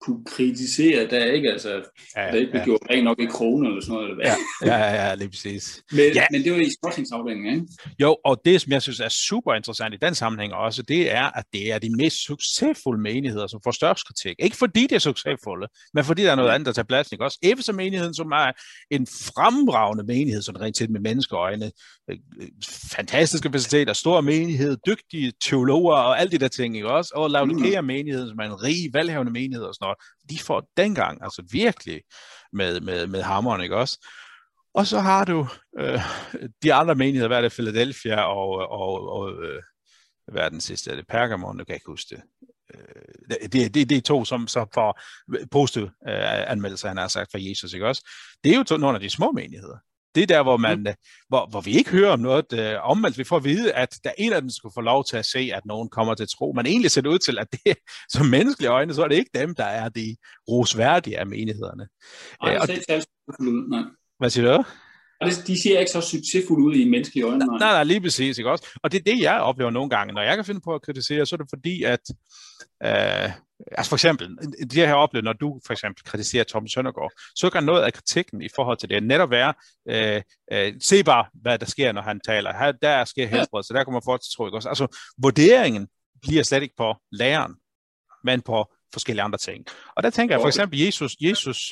kunne kritisere, der ikke, altså, der ikke blev gjort rent nok i kroner eller sådan noget, eller hvad. Ja, lige præcis. Men det var i sportsafdelingen, ikke? Jo, og det, som jeg synes er super interessant i den sammenhæng også, det er, at det er de mest succesfulde menigheder, som får størst kritik. Ikke fordi det er succesfulde, men fordi der er noget andet, der tager plads. Også Efeser-menigheden, som er en fremragende menighed, sådan rent set med menneskeøjne, fantastiske faciliteter, stor menighed, dygtige teologer og alle de der ting, ikke også? Og Laodikea-menigheden, som er en rig, velhavende menighed og sådan noget, de får dengang altså virkelig med hammeren, ikke også? Og så har du de andre menigheder, hvad er det, Philadelphia og hvad er den sidste, er det Pergamon, jeg kan ikke huske det. Det er to, som så får positive anmeldelser, han har sagt fra Jesus, ikke også? Det er jo nogle af de små menigheder. Det er der, hvor vi ikke hører om noget omvendt. Vi får at vide, at der en af dem skulle få lov til at se, at nogen kommer til tro. Men egentlig ser det ud til, at det som menneskelige øjne, så er det ikke dem, der er de rosværdige af menighederne. Hvad siger du? De ser ikke så succesfulde ud i menneskelige øjne. Nej, lige præcis, ikke også? Og det er det, jeg oplever nogle gange. Når jeg kan finde på at kritisere, så er det fordi, at altså for eksempel, det jeg har oplevet, når du for eksempel kritiserer Torben Søndergaard, så kan noget af kritikken i forhold til det netop være, se bare, hvad der sker, når han taler. Her, der sker helbredelse, så der kommer folk til tro, ikke også? Altså, vurderingen bliver slet ikke på læreren, men på forskellige andre ting. Og der tænker jeg for eksempel, Jesus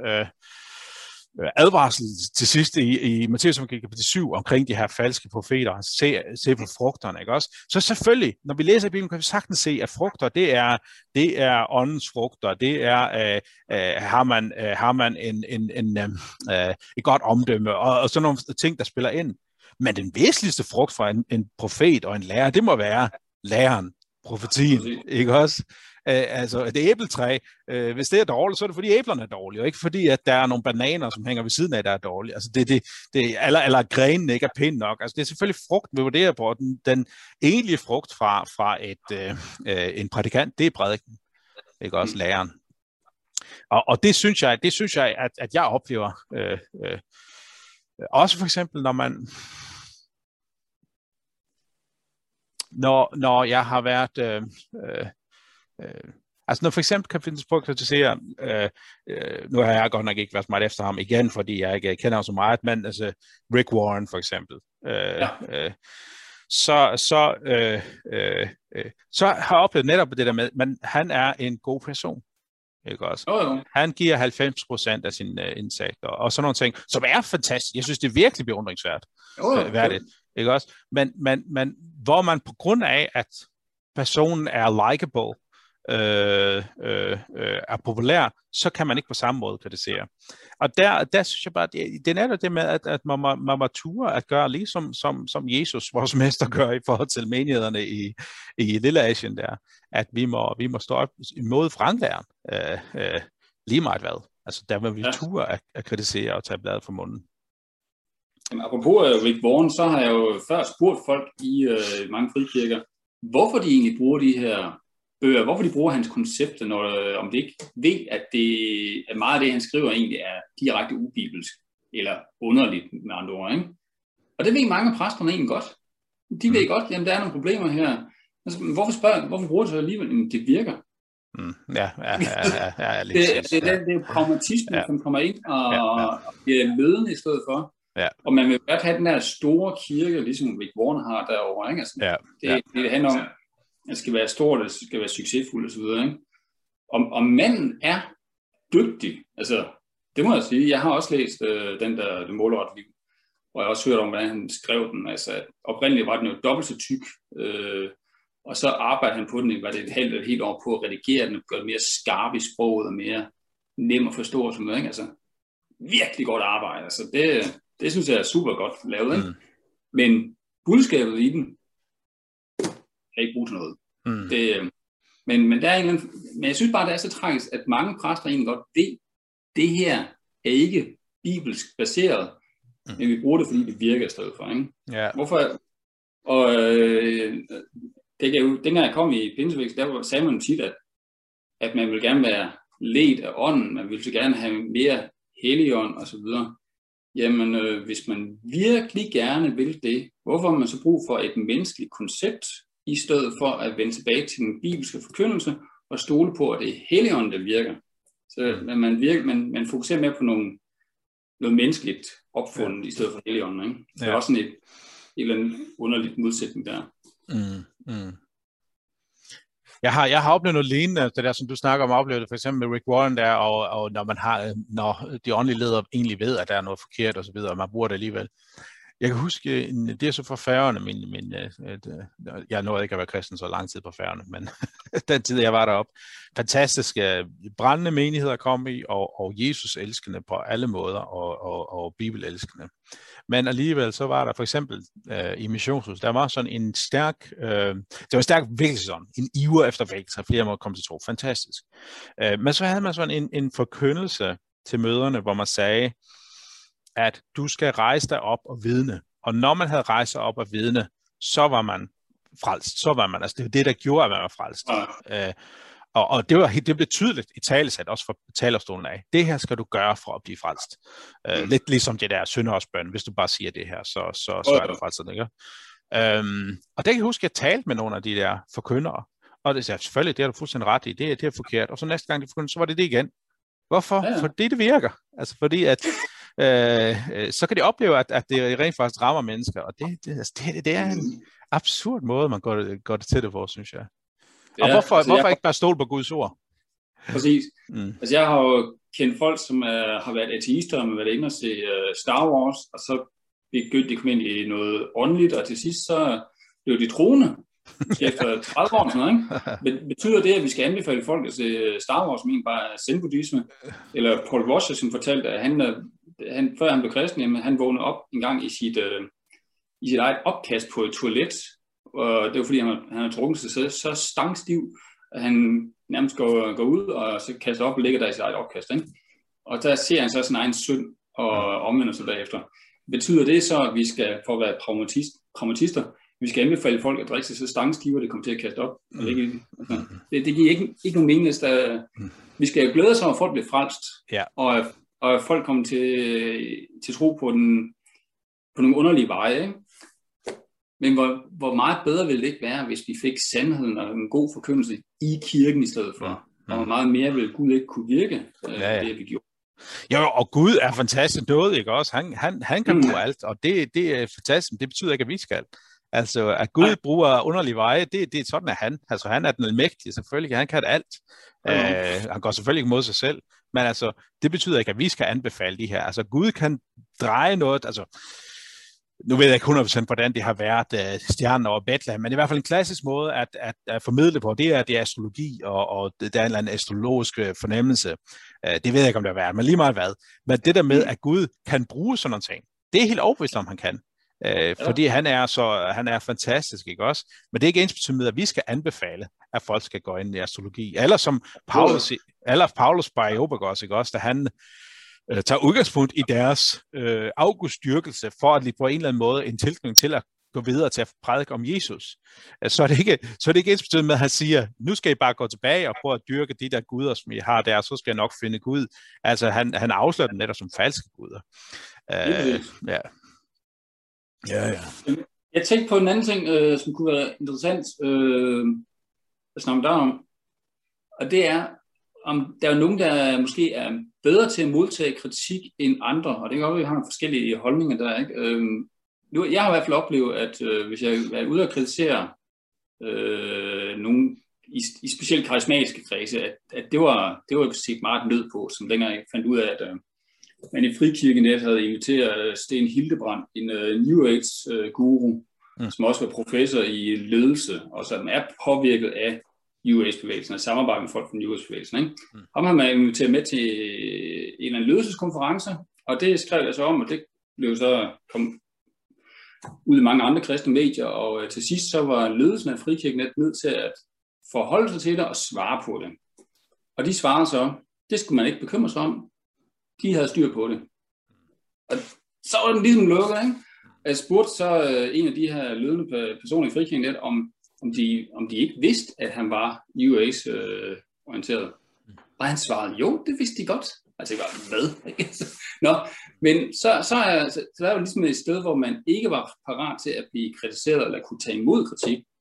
advarsel til sidst i Matthæus kapitel 7 omkring de her falske profeter, se på frugterne, ikke også? Så selvfølgelig, når vi læser i Bibelen, kan vi sagtens se, at frugter, det er åndens frugter, det er, har man et godt omdømme, og sådan nogle ting, der spiller ind. Men den væsentligste frugt fra en profet og en lærer, det må være læren, profetien, ikke også? Altså, det æbletræ, hvis det er dårligt, så er det fordi æblerne er dårlige, og ikke fordi, at der er nogle bananer, som hænger ved siden af, der er dårlige. Altså, eller grenen ikke er pænt nok. Altså, det er selvfølgelig frugt, vi vurderer på. Den egentlige frugt fra en prædikant, det er prædiken, ikke også læreren. Og det synes jeg, at jeg oplever. Også for eksempel, når man... Når jeg har været... altså når for eksempel kan findes på at kritisere, nu har jeg godt nok ikke været så meget efter ham igen, fordi jeg ikke kender ham så meget, men altså Rick Warren for eksempel, så har jeg oplevet netop det der med, men han er en god person, ikke også? Han giver 90% af sin indsigt, og sådan nogle ting, som er fantastisk. Jeg synes, det er virkelig beundringsværdigt, ikke også? Men hvor man på grund af, at personen er likable, er populær, så kan man ikke på samme måde kritisere. Og der synes jeg bare, det er netop det med, at man må ture at gøre, ligesom som Jesus, vores mester, gør i forhold til menighederne i Lille Asien der, at vi må stå op imod vranglæren, lige meget hvad. Altså der må vi ture at kritisere og tage bladet fra munden. Jamen, apropos Rick Warren, så har jeg jo før spurgt folk i mange frikirker, hvorfor de egentlig bruger de her bøger, hvorfor de bruger hans koncepter, om de ikke ved, at meget af det, han skriver, egentlig er direkte ubibelsk, eller underligt med andre ord, ikke? Og det ved mange præsterne egentlig godt. De ved godt, jamen der er nogle problemer her. Altså, hvorfor bruger de så alligevel? Jamen, det virker. Ja, det er jo pragmatismen, som kommer ind og bliver mødende i stedet for. Ja. Og man vil godt have den der store kirke, ligesom Rick Warren har derovre, ikke? Altså, det handler om, at det skal være stort, det skal være succesfuldt og så videre, ikke? Og manden er dygtig. Altså, det må jeg sige. Jeg har også læst den der Det målrette liv, og jeg har også hørt om, hvordan han skrev den. Altså, oprindeligt var den jo dobbelt så tyk, og så arbejdede han på den, var det et helt år på at redigere den, og gøre det mere skarp i sproget og mere nem at forstå og sådan noget, ikke? Altså, virkelig godt arbejde. Altså, det synes jeg er super godt lavet, ikke? Men budskabet i den kan ikke bruge til noget. Men der er men jeg synes bare, det er så tragisk, at mange præster egentlig godt ved, det her er ikke bibelsk baseret, men vi bruger det, fordi det virker i stedet for, ikke? Ja. Hvorfor? Og dengang jeg kom i Pinsevækst, der sagde man tit, at man vil gerne være ledt af ånden, man vil så gerne have mere helligånd og så videre. Jamen, hvis man virkelig gerne vil det, hvorfor har man så brug for et menneskeligt koncept, i stedet for at vende tilbage til den bibelske forkyndelse, at stole på, at det er Helligånden, der virker. Så man fokuserer mere på noget menneskeligt opfundet, i stedet for Helligånden. Ikke? Så der er også sådan et eller andet underligt modsætning der. Jeg har oplevet noget lignende, det der, som du snakker om, oplevet for eksempel med Rick Warren der, og når de åndelige ledere egentlig ved, at der er noget forkert og så videre, og man bruger det alligevel. Jeg kan huske, det er så fra Færøerne, jeg nåede ikke at være kristen så lang tid på Færøerne, men den tid, jeg var deroppe, fantastiske brændende menigheder kom i, og Jesus elskende på alle måder, og Bibel elskende. Men alligevel så var der for eksempel i missionshus, der var sådan en stærk, det var en stærk vækkelse, en iver efter vækkelse, flere måder kom til tro, fantastisk. Men så havde man sådan en forkyndelse til møderne, hvor man sagde, at du skal rejse dig op og vidne. Og når man havde rejst sig op og vidne, så var man frelst. Så var man, altså det var det, der gjorde, at man var frelst. Og det blev tydeligt i talesæt, også fra talerstolen af. Det her skal du gøre for at blive frelst. Lidt ligesom det der synderårsbøn. Hvis du bare siger det her, så er du frelst. Ikke? Og det kan jeg huske, at jeg talte med nogle af de der forkyndere. Og det sagde, selvfølgelig, det har du fuldstændig ret i. Det er forkert. Og så næste gang de forkyndte, så var det igen. Hvorfor? Ja. Fordi det virker. Altså fordi at så kan de opleve, at det rent faktisk rammer mennesker, og det er en absurd måde, man går det til det for, synes jeg. Og hvorfor ikke bare stole på Guds ord? Præcis. Altså jeg har jo kendt folk, som har været ateister, og har været inde og se Star Wars, og så begyndte de at komme ind i noget åndeligt, og til sidst så blev de troende, efter 30 år. Sådan noget, ikke? Betyder det, at vi skal anbefale folk at se Star Wars, men bare zen-buddhisme? Eller Paul Washer, som fortalte, at han før han blev kristen, jamen, han vågnede op en gang i sit eget opkast på et toilet, og det var fordi, han havde drukket sig så stangstiv, at han nærmest går ud, og så kaster op og ligger der i sit eget opkast. Ikke? Og der ser han så sin egen synd, og omvender sig bagefter. Betyder det så, at vi skal, for at være pragmatister, vi skal anbefale folk at drikke sig så stangstive, det kommer til at kaste op? Og det giver ikke nogen mening. Vi skal glæde os over, at folk bliver frelst, og at folk kommer til tro på nogle underlige veje. Ikke? Men hvor meget bedre ville det ikke være, hvis vi fik sandheden og en god forkyndelse i kirken i stedet for? Og hvor meget mere ville Gud ikke kunne virke, det vi gjorde? Jo, og Gud er fantastisk død, ikke også? Han kan bruge alt, og det er fantastisk, det betyder ikke, at vi skal. Altså, at Gud bruger underlige veje, det er sådan, at han. Altså, han er den almægtige, selvfølgelig, han kan alt. Han går selvfølgelig ikke mod sig selv, men altså, det betyder ikke, at vi skal anbefale de her. Altså, Gud kan dreje noget, altså, nu ved jeg ikke 100% hvordan det har været stjernen over Bethlehem, men i hvert fald en klassisk måde at formidle på, det er astrologi, og der er en eller anden astrologisk fornemmelse. Det ved jeg ikke, om det har været, men lige meget hvad. Men det der med, at Gud kan bruge sådan nogle ting, det er helt overbevist om, han kan. Fordi han er fantastisk, ikke også? Men det er ikke ensbetydende med, at vi skal anbefale, at folk skal gå ind i astrologi. Eller som Paulus på Areopagos, ikke også? Da han tager udgangspunkt i deres augustdyrkelse, for at de på en eller anden måde en tilknytning til at gå videre til at prædike om Jesus. Så er det ikke ensbetydende med, at han siger, nu skal I bare gå tilbage og prøve at dyrke de der guder, som I har der, så skal jeg nok finde Gud. Altså han afslører dem netop som falske guder. Ja. Jeg tænkte på en anden ting, som kunne være interessant at snakke der om, og det er, om der er nogen, der måske er bedre til at modtage kritik end andre, og det kan godt være, at vi har forskellige holdninger der, ikke? Jeg har i hvert fald oplevet, at hvis jeg er ude og kritisere nogen i specielt karismatiske kredse, at det var set meget nød på, som dengang jeg fandt ud af, at man i Frikirken havde inviteret Sten Hildebrand, en New Age-guru, som også var professor i ledelse, og som er påvirket af New Age-bevægelsen, og samarbejde med folk fra New Age-bevægelsen. Ikke? Ham har man inviteret med til en eller anden ledelseskonference, og det skrev jeg så om, og det blev så kom ud i mange andre kristne medier, og til sidst så var ledelsen af Frikirken nødt til at forholde sig til det og svare på det. Og de svarede så, det skulle man ikke bekymre sig om, de havde styr på det. Og så var den ligesom lukket, ikke? Jeg spurgte så en af de her ledende personer i Frikirken lidt, om de ikke vidste, at han var New Age-orienteret. Og han svarede, jo, det vidste de godt. Altså, jeg var hvad? Nå, men så var det ligesom et sted, hvor man ikke var parat til at blive kritiseret, eller kunne tage imod kritik.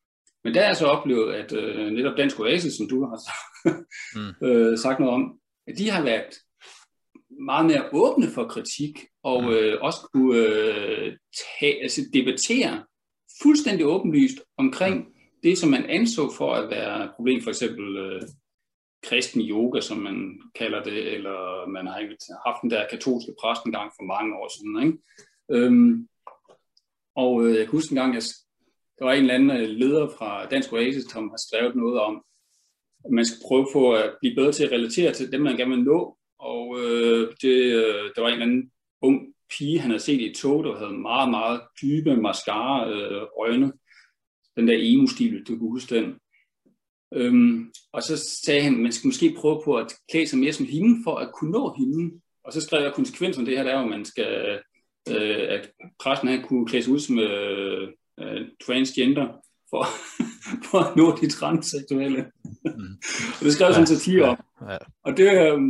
Men der har jeg så oplevet, at netop Dansk Oasis, som du har sagt noget om, at de har været meget mere åbne for kritik, og også kunne debattere fuldstændig åbenlyst omkring det, som man anså for at være et problem, for eksempel kristen yoga, som man kalder det, eller man har haft den der katolske præst en gang for mange år siden, ikke? Og jeg kan huske en gang, der var en eller anden leder fra Dansk Oasis, som har skrevet noget om, at man skal prøve på at blive bedre til at relatere til dem, man gerne vil nå. Og der var en eller anden ung pige, han havde set i et tog, der havde meget, meget dybe mascara-øjne. Den der emo-stil, du kunne huske den. Og så sagde han, at man skal måske prøve på at klæde sig mere som hende, for at kunne nå hende. Og så skrev jeg konsekvensen af det her, der er, at man skal, at præsten han kunne klæde sig ud som transgender, for at nå de transseksuelle. Og det skrev sådan satire om. Og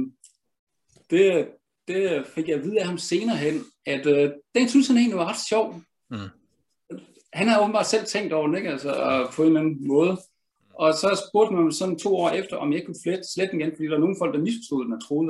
det fik jeg at vide af ham senere hen, at den synes han egentlig var ret sjov. Han havde åbenbart selv tænkt over det, ikke? Altså, på en eller anden måde. Og så spurgte man sådan 2 år efter, om jeg kunne slette den igen, fordi der var nogle folk, der misforstod den og troede,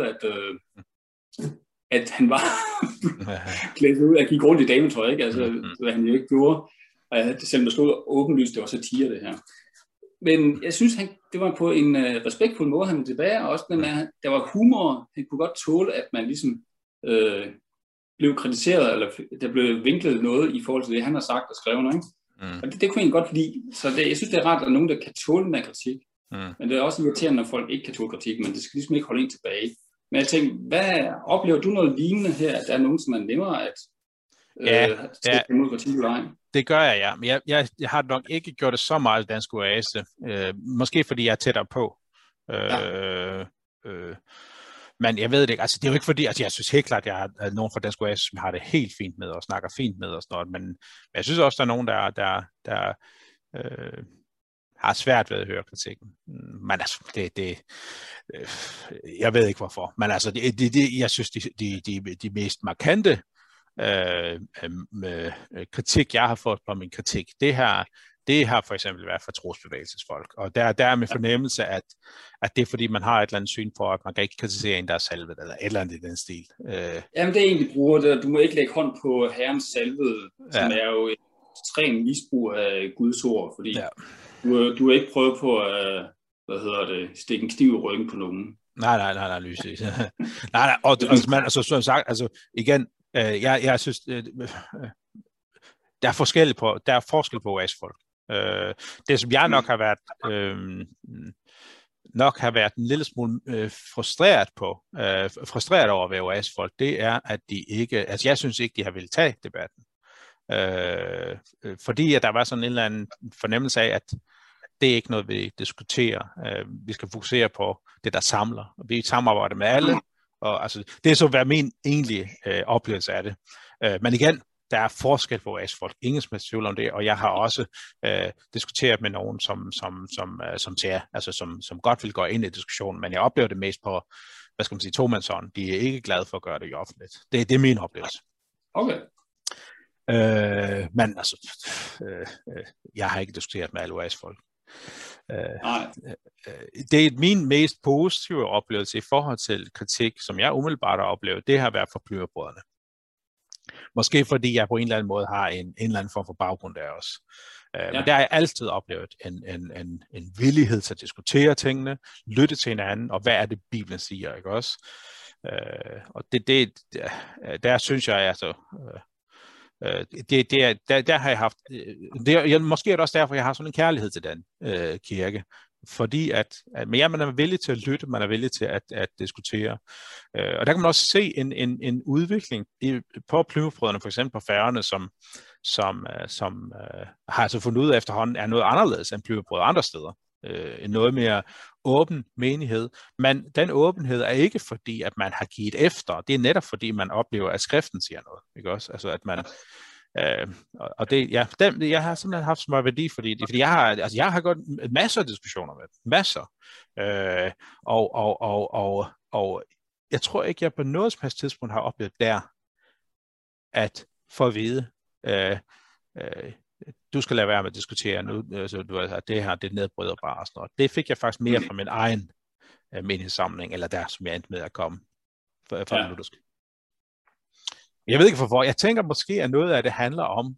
at han var klædt ud at gik rundt i dametøj, ikke? Altså, hvad han jo ikke gjorde. Og selvom der stod åbenlyst, det var satire, det her. Men jeg synes, det var på en respektfuld måde, han var tilbage, og også der var humor. Han kunne godt tåle, at man ligesom blev kritiseret, eller der blev vinklet noget i forhold til det, han har sagt og skrevet, ikke? Og det kunne jeg godt lide. Så jeg synes, det er rart, at der er nogen, der kan tåle den her kritik. Men det er også irriterende, når folk ikke kan tåle kritik, men det skal ligesom ikke holde en tilbage. Men jeg tænkte, oplever du noget lignende her, at der er nogen, som er nemmere at tage imod kritik i vejen? Det gør jeg, ja. Men jeg har nok ikke gjort det så meget i Dansk Oase. Måske fordi jeg er tættere på. Men jeg ved det ikke. Altså, det er jo ikke fordi, altså, jeg synes helt klart, at jeg har nogen fra Dansk Oase, som har det helt fint med og snakker fint med og sådan noget. Men jeg synes også, der er nogen, der har svært ved at høre kritikken. Men altså, jeg ved ikke hvorfor. Men altså, jeg synes, de mest markante kritik, jeg har fået på min kritik, det har for eksempel været fra trosbevægelsesfolk. Og der er med fornemmelse, at det er fordi, man har et eller andet syn på, at man kan ikke kritisere en, der er salvet, eller et eller andet i den stil. Jamen det er egentlig bruger det. Du må ikke lægge hånd på herrens salvede, som er jo et ekstremt misbrug af Guds ord, fordi du har ikke prøvet på at stikke en kniv i ryggen på nogen. Nej, Lyse. nej, og man, altså, som sagt, altså igen, jeg synes, der er forskel på OAS-folk. Det, som jeg nok har været en lille smule frustreret over ved OAS-folk, det er, at de ikke, altså jeg synes ikke, de har ville tage debatten. Fordi at der var sådan en eller anden fornemmelse af, at det er ikke noget, vi diskuterer. Vi skal fokusere på det, der samler. Vi samarbejder med alle, og altså, det er så været min egentlige oplevelse af det. Men igen, der er forskel på OAS-folk. Ingen som helst tvivl om det, og jeg har også diskuteret med nogen, som godt vil gå ind i diskussionen, men jeg oplever det mest på, hvad skal man sige, tomandshånd. De er ikke glade for at gøre det i offentligt. Det er min oplevelse. Okay. Men altså, jeg har ikke diskuteret med alle OAS-folk. Det er min mest positive oplevelse i forhold til kritik, som jeg umiddelbart har oplevet, det har været for Plymouth-brødrene. Måske fordi jeg på en eller anden måde har en eller anden form for baggrund der også. Men der har jeg altid oplevet en villighed til at diskutere tingene, lytte til hinanden, og hvad er det, Bibelen siger, ikke også? Og der synes jeg altså... Der har jeg haft, måske er det også derfor, jeg har sådan en kærlighed til den kirke, fordi man er villig til at lytte, man er villig til at diskutere, og der kan man også se en udvikling på Plymouth-brødrene, for eksempel på Færøerne, som har altså fundet ud af efterhånden, er noget anderledes end Plymouth-brødre andre steder. En noget mere åben menighed, men den åbenhed er ikke fordi, at man har givet efter, det er netop fordi, man oplever, at skriften siger noget, ikke også? Altså, at man, og det, jeg har simpelthen haft så meget værdi, fordi jeg har gået masser af diskussioner med dem, masser, og jeg tror ikke, jeg på noget som helst tidspunkt har oplevet der, at få at vide, du skal lade være med at diskutere nu, så du at det her, det nedbryder bare og sådan noget. Det fik jeg faktisk mere fra min egen menighedssamling, eller der, som jeg endte med at komme for den lutherske. Jeg ved ikke hvorfor. Jeg tænker måske, at noget af det handler om,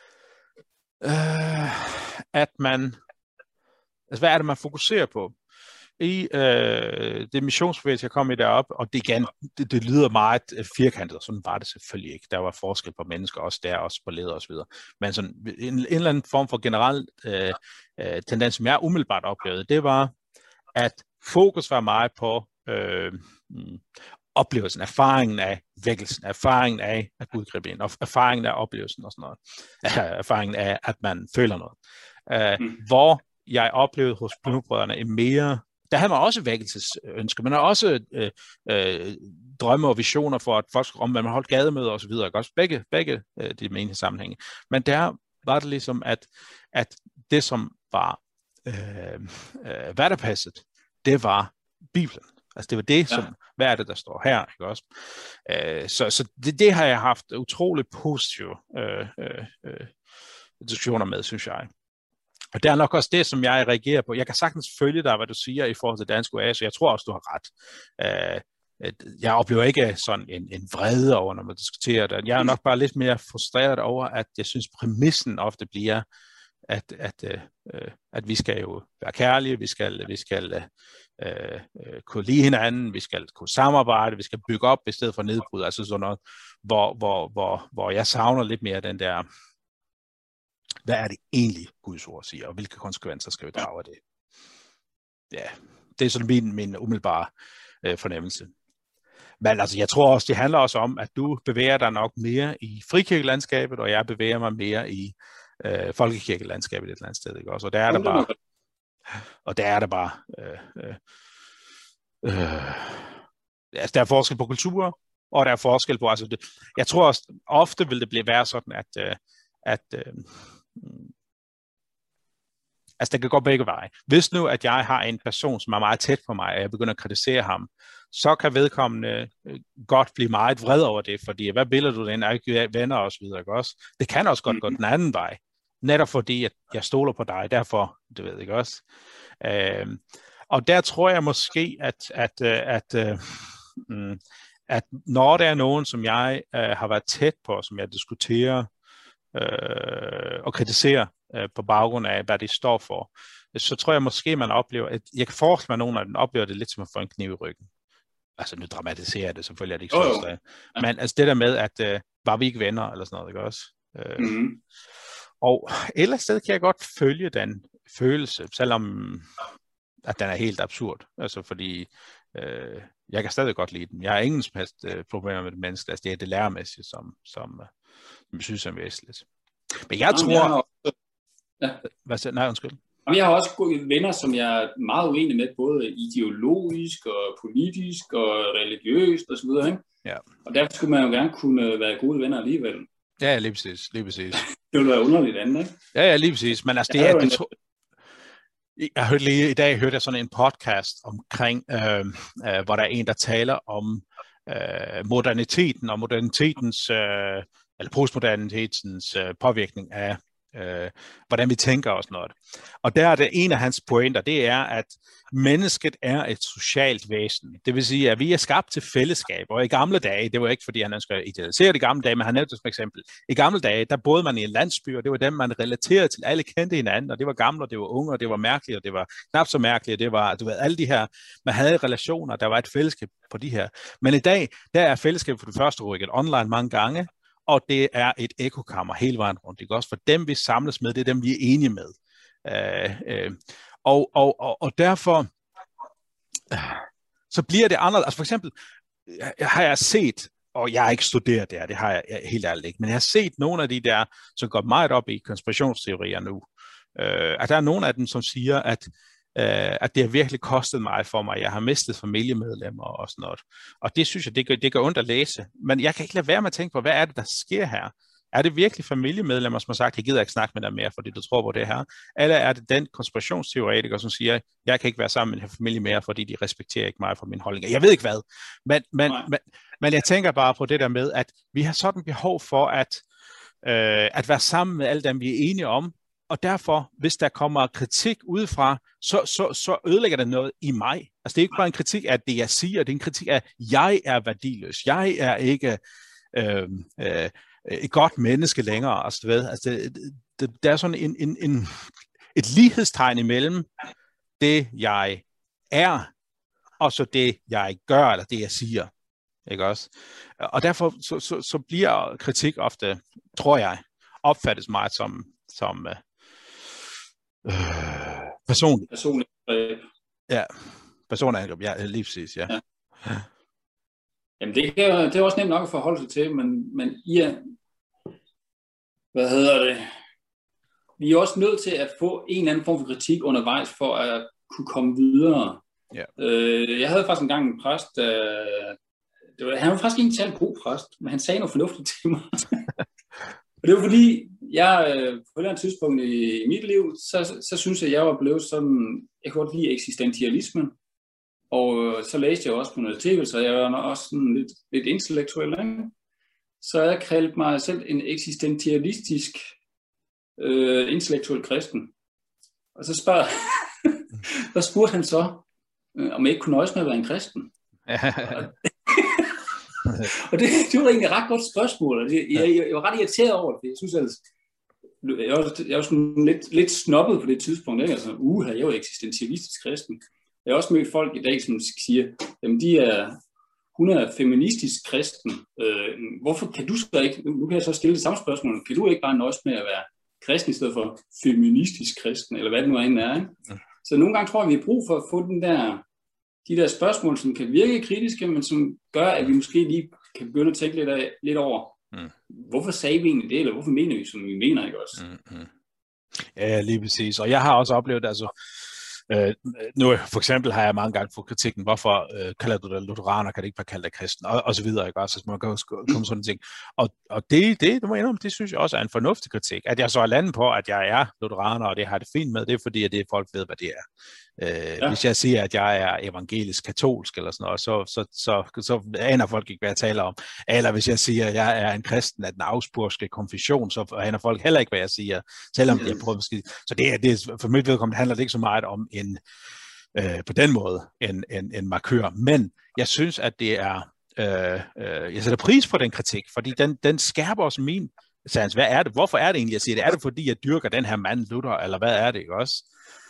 at man, altså hvad er det, man fokuserer på? I det missionsbevægelse, jeg kom i derop, og det lyder meget firkantet, og sådan var det selvfølgelig ikke. Der var forskel på mennesker, også der, også på ledere osv. Men sådan en eller anden form for generel tendens, som jeg umiddelbart oplevede, det var, at fokus var meget på oplevelsen, erfaringen af vækkelsen, erfaringen af at Gud griber ind, og erfaringen af oplevelsen og sådan noget. Erfaringen af, at man føler noget. Hvor jeg oplevede hos Plymouth-brødrene en mere, der havde man også vækkelsesønsker, men også drømme og visioner for, at folk skulle man holdt gademøder og så videre, også begge de menige sammenhænge. Men der var det ligesom, at det, som var hverdagspasset, det var Bibelen. Altså det var det, som, hvad er det, der står her, ikke også? Så det har jeg haft utroligt positive diskussioner med, synes jeg. Og det er nok også det, som jeg reagerer på. Jeg kan sagtens følge dig, hvad du siger i forhold til dansk UA, så jeg tror også, du har ret. Jeg oplever ikke sådan en vrede over, når man diskuterer det. Jeg er nok bare lidt mere frustreret over, at jeg synes, præmissen ofte bliver, at vi skal jo være kærlige, vi skal kunne lide hinanden, vi skal kunne samarbejde, vi skal bygge op i stedet for nedbrud, altså sådan noget, hvor jeg savner lidt mere den der, hvad er det egentlig Guds ord siger, og hvilke konsekvenser skal vi drage af det? Ja, det er sådan min umiddelbare fornemmelse. Men altså, jeg tror også, det handler også om, at du bevæger dig nok mere i frikirkelandskabet, og jeg bevæger mig mere i folkekirkelandskabet et eller andet sted, ikke også? Og der er der bare, altså, der er forskel på kulturer, og der er forskel på, altså, jeg tror også, ofte vil det være sådan, at altså det kan gå begge veje. Hvis nu, at jeg har en person, som er meget tæt på mig, og jeg begynder at kritisere ham, så kan vedkommende godt blive meget vred over det, fordi hvad billeder du den, er ikke venner og så videre, ikke også? Det kan også godt gå den anden vej, netop fordi, at jeg stoler på dig, derfor, du ved ikke også? Og der tror jeg måske, at når der er nogen, som jeg har været tæt på, som jeg diskuterer, og kritisere på baggrund af, hvad det står for, så tror jeg måske, man oplever, at jeg kan forestille mig, at nogen af dem oplever det lidt som at få en kniv i ryggen. Altså nu dramatiserer jeg det, selvfølgelig er det ikke så men altså det der med, at var vi ikke venner, eller sådan noget, ikke også? Og et eller andet sted kan jeg godt følge den følelse, selvom at den er helt absurd, altså fordi jeg kan stadig godt lide den. Jeg har ingen som helst problemer med det menneske, altså det er det lærermæssige, som jeg synes er væsentligt. Men jeg tror... Nej, undskyld. Jeg har også venner, som jeg er meget uenig med, både ideologisk og politisk og religiøst og så videre, ikke? Ja. Og derfor skulle man jo gerne kunne være gode venner alligevel. Ja, lige præcis. Det ville være underligt andet, ikke? Ja, lige præcis. Men altså, jeg hørte lige i dag sådan en podcast omkring, hvor der er en, der taler om moderniteten og modernitetens eller postmodernitetens påvirkning af hvordan vi tænker og sådan noget. Og der er det en af hans pointer, det er, at mennesket er et socialt væsen. Det vil sige, at vi er skabt til fællesskab, og i gamle dage, det var ikke fordi han ønsker at idealisere de gamle dage, men han nævnte det som eksempel. I gamle dage, der boede man i en landsby, og det var dem, man relaterede til. Alle kendte hinanden, og det var gamle, og det var unge, og det var mærkeligt, og det var knap så mærkeligt, og det var, du ved, alle de her, man havde relationer, der var et fællesskab på de her. Men i dag, der er fællesskab for det første rykket online mange gange, og det er et ekokammer hele vejen rundt. Det er også for dem, vi samles med, det er dem, vi er enige med. Og derfor så bliver det anderledes. Altså for eksempel har jeg set, og jeg har ikke studeret det har jeg helt ærligt ikke, men jeg har set nogle af de der, som går meget op i konspirationsteorier nu, at der er nogle af dem, som siger, at det har virkelig kostet mig for mig. Jeg har mistet familiemedlemmer og sådan noget. Og det synes jeg, det gør ondt at læse. Men jeg kan ikke lade være med at tænke på, hvad er det, der sker her? Er det virkelig familiemedlemmer, som har sagt, jeg gider ikke snakke med dig mere, fordi du tror på det her? Eller er det den konspirationsteoretiker, som siger, jeg kan ikke være sammen med min familie mere, fordi de respekterer ikke mig for min holdning? Jeg ved ikke hvad. Men jeg tænker bare på det der med, at vi har sådan behov for, at være sammen med alle dem, vi er enige om, og derfor, hvis der kommer kritik udefra, så ødelægger det noget i mig. Altså det er ikke bare en kritik af det, jeg siger, det er en kritik af, at jeg er værdiløs, jeg er ikke et godt menneske længere. Altså, der er sådan et lighedstegn imellem det, jeg er, og så det, jeg gør, eller det, jeg siger. Ikke også? Og derfor så bliver kritik ofte, tror jeg, opfattes meget som personligt. Personligt. Ja, personangreb, ja, lige præcis, ja. Jamen det er også nemt nok at forholde sig til, men I er, vi er også nødt til at få en eller anden form for kritik undervejs, for at kunne komme videre. Ja. Jeg havde faktisk engang en præst, han var faktisk ikke en særlig god præst, men han sagde noget fornuftigt til mig. Og det var fordi, jeg på et eller andet tidspunkt i mit liv, så synes jeg var blevet sådan, jeg kunne godt lide eksistentialismen, og så læste jeg også på noget TV, så jeg var også sådan lidt intellektuel, ikke? Så jeg kaldte mig selv en eksistentialistisk intellektuel kristen. Og så spurgte han så, om jeg ikke kunne nøjes med at være en kristen. Og det var egentlig et ret godt spørgsmål, og jeg var ret irriteret over det. Jeg synes ellers, jeg var sådan lidt snobbet på det tidspunkt, ikke? Altså, jeg er jo eksistentialistisk kristen. Jeg har også mødt folk i dag, som siger, jamen hun er feministisk kristen. Hvorfor kan du så ikke, nu kan jeg så stille det samme spørgsmål, kan du ikke bare nøjes med at være kristen i stedet for feministisk kristen, eller hvad det nu er, ikke? Så nogle gange tror jeg, vi har brug for at få de der spørgsmål, som kan virke kritiske, men som gør, at vi måske lige kan begynde at tænke lidt over, hvorfor sagde vi egentlig det, eller hvorfor mener vi, som vi mener, ikke også? Ja, lige præcis. Og jeg har også oplevet, altså, nu for eksempel har jeg mange gange fået kritikken, hvorfor kalder du dig lutheraner, kan det ikke bare kalde dig kristen, og så videre, ikke også? Så man kan komme sådan ting. Og det må jeg indrømme, det synes jeg også er en fornuftig kritik. At jeg så er landet på, at jeg er lutheraner, og det har det fint med, det er fordi, at det folk ved, hvad det er. Hvis jeg siger, at jeg er evangelisk katolsk eller sådan noget, så aner folk ikke, hvad jeg taler om. Eller hvis jeg siger, at jeg er en kristen af den augsburgske konfession, så aner folk heller ikke, hvad jeg siger, selvom jeg prøver at sige. Så det for mit vedkommende handler det ikke så meget om på den måde en markør. Men jeg synes, at det er jeg sætter pris på den kritik, fordi den skærper også min sans. Hvad er det? Hvorfor er det egentlig, jeg siger det? Er det fordi, jeg dyrker den her mand Luther, eller hvad er det, ikke også?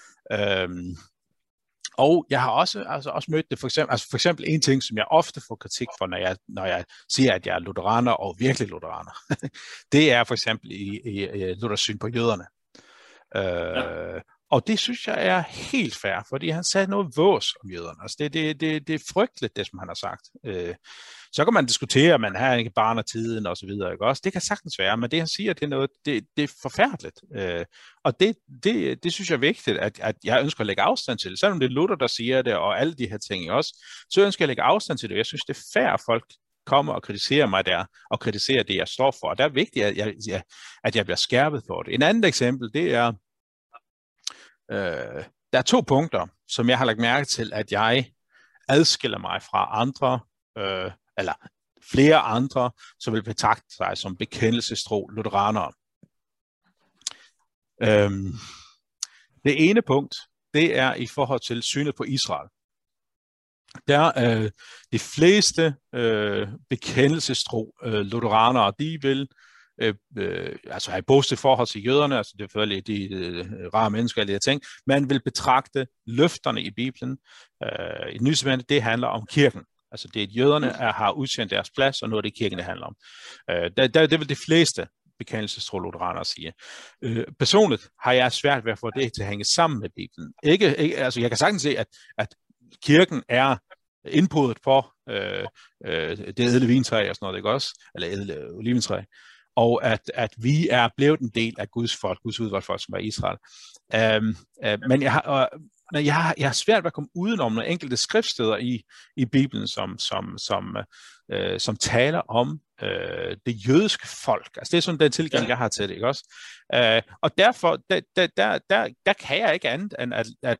Og jeg har også mødt det for eksempel en ting, som jeg ofte får kritik for, når jeg siger, at jeg er lutheraner og virkelig lutheraner. Det er for eksempel i Luthers syn på jøderne. Og det synes jeg er helt fair, fordi han sagde noget vås om jøderne. Altså det er frygteligt, det som han har sagt. Så kan man diskutere, at man har ikke barn af tiden og så videre, ikke også? Det kan sagtens være, men det han siger, det er noget, det er forfærdeligt. Og det synes jeg er vigtigt, at jeg ønsker at lægge afstand til det. Selvom det er Luther, der siger det, og alle de her ting også, så ønsker jeg at lægge afstand til det. Jeg synes, det er fair, at folk kommer og kritiserer mig der, og kritiserer det, jeg står for. Og det er vigtigt, at jeg bliver skærpet på det. En anden eksempel, det er, der er 2 punkter, som jeg har lagt mærke til, at jeg adskiller mig fra andre, eller flere andre, som vil betragte sig som bekendelsestro lutheranere. Det ene punkt, det er i forhold til synet på Israel. Der de fleste bekendelsestro lutheranere, de vil altså have et positivt forhold til jøderne, altså det er selvfølgelig de rare mennesker og de her ting, man vil betragte løfterne i Bibelen. I Nye Testamente, det handler om kirken. Altså det er, at jøderne har udsendt deres plads, og nu er det kirken, det handler om. Det vil de fleste bekendelsestro lutheranere sige. Personligt har jeg svært ved at få det til at hænge sammen med Bibelen. Altså jeg kan sagtens se, at kirken er indbruddet for det ædle vintræ og sådan noget, ikke også? Eller ædle oliventræ. Og at vi er blevet en del af Guds folk, Guds udvalgte folk, som er Israel. Men jeg har svært ved at komme udenom nogle enkelte skriftsteder i Bibelen, som taler om det jødiske folk. Altså det er sådan den tilgang, jeg har til det, ikke også? Og derfor, der kan jeg ikke andet end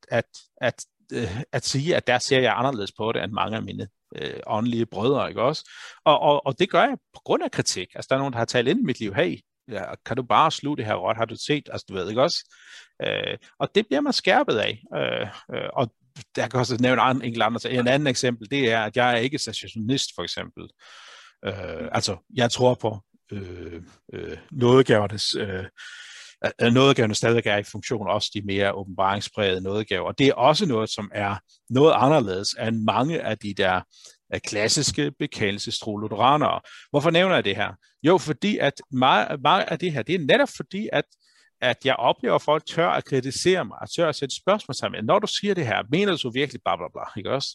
at sige, at der ser jeg anderledes på det, end mange af mine åndelige brødre, ikke også? Og det gør jeg på grund af kritik. Altså der er nogen, der har talt ind i mit liv, hey, Ja, kan du bare sluge det her råt? Har du set? Altså, du ved ikke også? Og det bliver man skærpet af. Og der kan også nævne en enkelt andre. En anden eksempel, det er, at jeg er ikke cessationist, for eksempel. Altså, jeg tror på nådegavernes... nådegaverne stadig er i funktion, også de mere åbenbaringsprægede nådegaver. Og det er også noget, som er noget anderledes end mange af de der klassiske bekendelsestro lutheranere. Hvorfor nævner jeg det her? Jo, fordi at meget af det her, det er netop fordi, at jeg oplever, at folk tør at kritisere mig, at tør at sætte spørgsmål sammen. Når du siger det her, mener du virkelig bla bla bla, ikke også?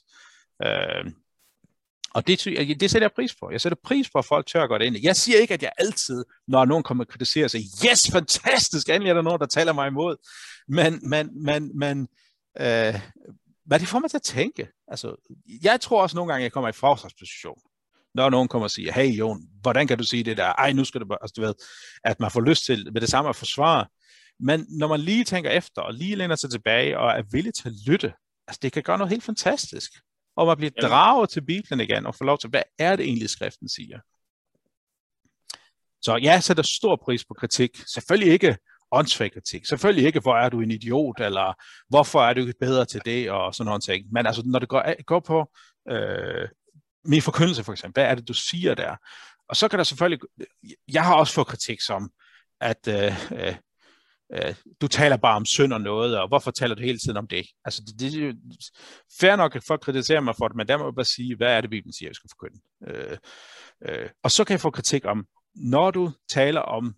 Og det sætter jeg pris på. Jeg sætter pris på, at folk tør at gå det ind. Jeg siger ikke, at jeg altid, når nogen kommer og kritiserer sig, yes, fantastisk, endelig er der nogen, der taler mig imod. Men hvad det får mig til at tænke? Altså, jeg tror også nogle gange, jeg kommer i forsvarsposition. Når nogen kommer og siger, hey Jon, hvordan kan du sige det der? Ej, nu skal det bare, altså, du ved, at man får lyst til med det samme at forsvare. Men når man lige tænker efter, og lige læner sig tilbage, og er villig til at lytte, altså det kan gøre noget helt fantastisk. Og man bliver draget til Bibelen igen, og får lov til, hvad er det egentlig, skriften siger? Så jeg sætter stor pris på kritik. Selvfølgelig ikke åndssvag kritik. Selvfølgelig ikke, hvor er du en idiot, eller hvorfor er du ikke bedre til det, og sådan nogle ting. Men altså, når det går på min forkyndelse for eksempel, hvad er det, du siger der? Og så kan der selvfølgelig... Jeg har også fået kritik som, at du taler bare om synd og noget, og hvorfor taler du hele tiden om det? Altså, det er jo fair nok, at folk kritiserer mig for det, men der må jeg bare sige, hvad er det, Bibelen siger, jeg skal forkynde? Og så kan jeg få kritik om, når du taler om,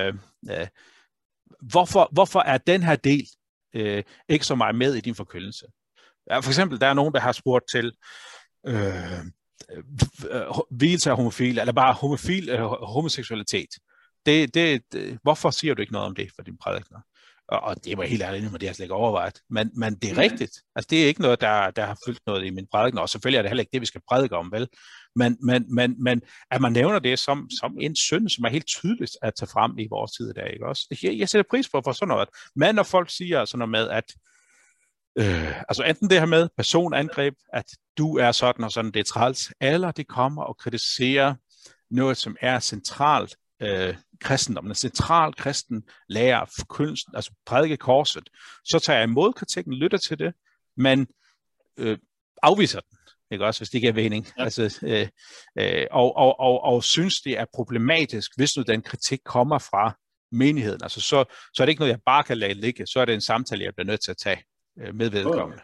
hvorfor er den her del ikke så meget med i din forkyndelse? Ja, for eksempel, der er nogen, der har spurgt til vielse af homofile, eller bare homoseksualitet. Hvorfor siger du ikke noget om det for dine prædikener? Og det var helt ærligt, men det har jeg slet ikke overvejet. Men det er rigtigt. Altså, det er ikke noget, der har fyldt noget i mine prædikener, og selvfølgelig er det heller ikke det, vi skal prædike om, vel? Men at man nævner det som en synd, som er helt tydeligt at tage frem i vores tid i dag, ikke også? Jeg sætter pris på for sådan noget. Men når folk siger sådan noget med, at altså enten det her med personangreb, at du er sådan og sådan, det er træls, eller de kommer og kritiserer noget, som er centralt kristendommen, en central kristen lærer, forkyndelsen, altså prædike korset, så tager jeg imod kritikken, lytter til det, men afviser den, ikke også, hvis det giver mening. Ja. Altså, og synes, det er problematisk, hvis nu den kritik kommer fra menigheden. Altså, så er det ikke noget, jeg bare kan lade ligge, så er det en samtale, jeg bliver nødt til at tage med vedkommende.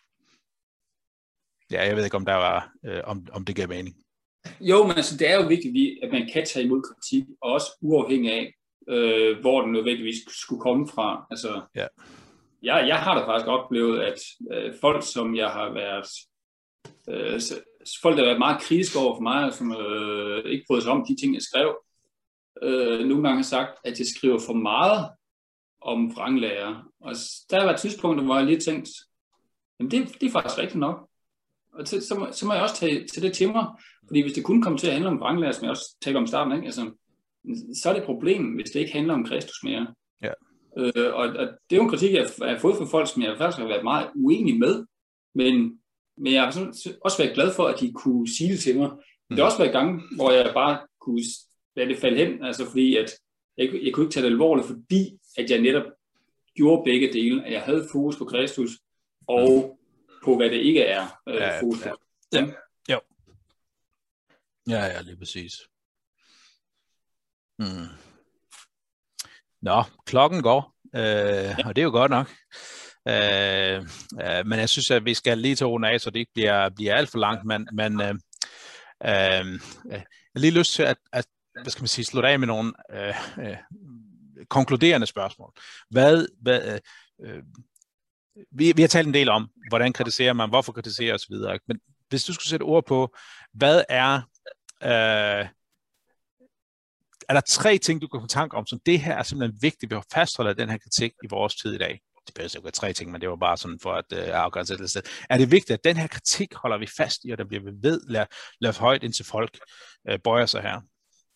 Ja, jeg ved ikke, om der var, om det giver mening. Jo, men altså, det er jo vigtigt, at man kan tage imod kritik, og også uafhængig af, hvor den nødvendigvis skulle komme fra. Altså, ja. Jeg har da faktisk oplevet, at folk, som jeg har været, folk, der har været meget kritiske over for mig, som ikke brød sig om de ting, jeg skrev, nogle gange har sagt, at jeg skriver for meget om vranglærer. Og der var et tidspunkt, hvor jeg lige tænkte, jamen det er faktisk rigtigt nok. Og så må jeg også tage det til mig, fordi hvis det kun kommer til at handle om vranglærer, som jeg også taler om starten, ikke? Altså, så er det et problem, hvis det ikke handler om Kristus mere. Ja. Og det er jo en kritik, jeg har fået fra folk, som jeg faktisk har været meget uenig med, men jeg har også været glad for, at de kunne sige det til mig. Det har også været gange, hvor jeg bare kunne lade det falde hen, altså fordi at jeg kunne ikke tage det alvorligt, fordi at jeg netop gjorde begge dele, at jeg havde fokus på Kristus, og på hvad det ikke er fokus på. Ja. Jo. Ja, lige præcis. Nå, klokken går, og det er jo godt nok. Men jeg synes, at vi skal lige til runde af, så det ikke bliver alt for langt. Men jeg har lige lyst til at hvad skal man sige, slutte af med nogle konkluderende spørgsmål. Vi har talt en del om, hvordan kritiserer man, hvorfor kritiserer osv. Men hvis du skulle sætte ord på, hvad er der 3 ting, du kan få tanke om, som det her er simpelthen vigtigt, vi har fastholdt den her kritik i vores tid i dag? Det behøver ikke være 3 ting, men det var bare sådan for at afgrænse det sted. Er det vigtigt, at den her kritik holder vi fast i, og der bliver ved lavet højt, indtil folk bøjer sig her?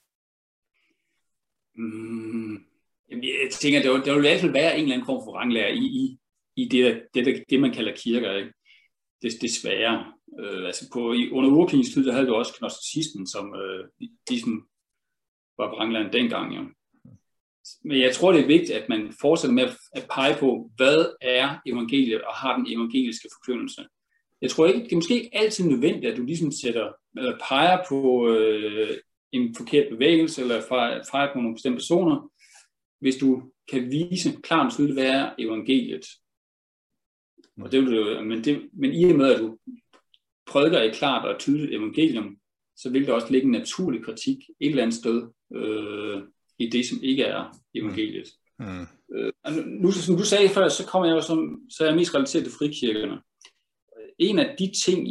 Jeg tænker, der vil i hvert fald være en eller anden form for vranglærer i det man kalder kirker, ikke? Desværre. Under urkrigens tid, der havde vi også gnosticismen, som de var vranglæreren dengang, jo. Men jeg tror, det er vigtigt, at man fortsætter med at pege på, hvad er evangeliet, og har den evangeliske forkyndelse. Jeg tror ikke, det er måske ikke altid nødvendigt, at du ligesom peger på en forkert bevægelse, eller peger på nogle bestemte personer, hvis du kan vise klart og tydeligt, hvad er evangeliet. Og det vil du, men i og med, at du prædiker et klart og tydeligt evangelium, så vil der også ligge en naturlig kritik et eller andet sted i det, som ikke er evangeliet. Nu, som du sagde før, så kommer jeg jo så er jeg mest relateret til frikirkerne. En af de ting,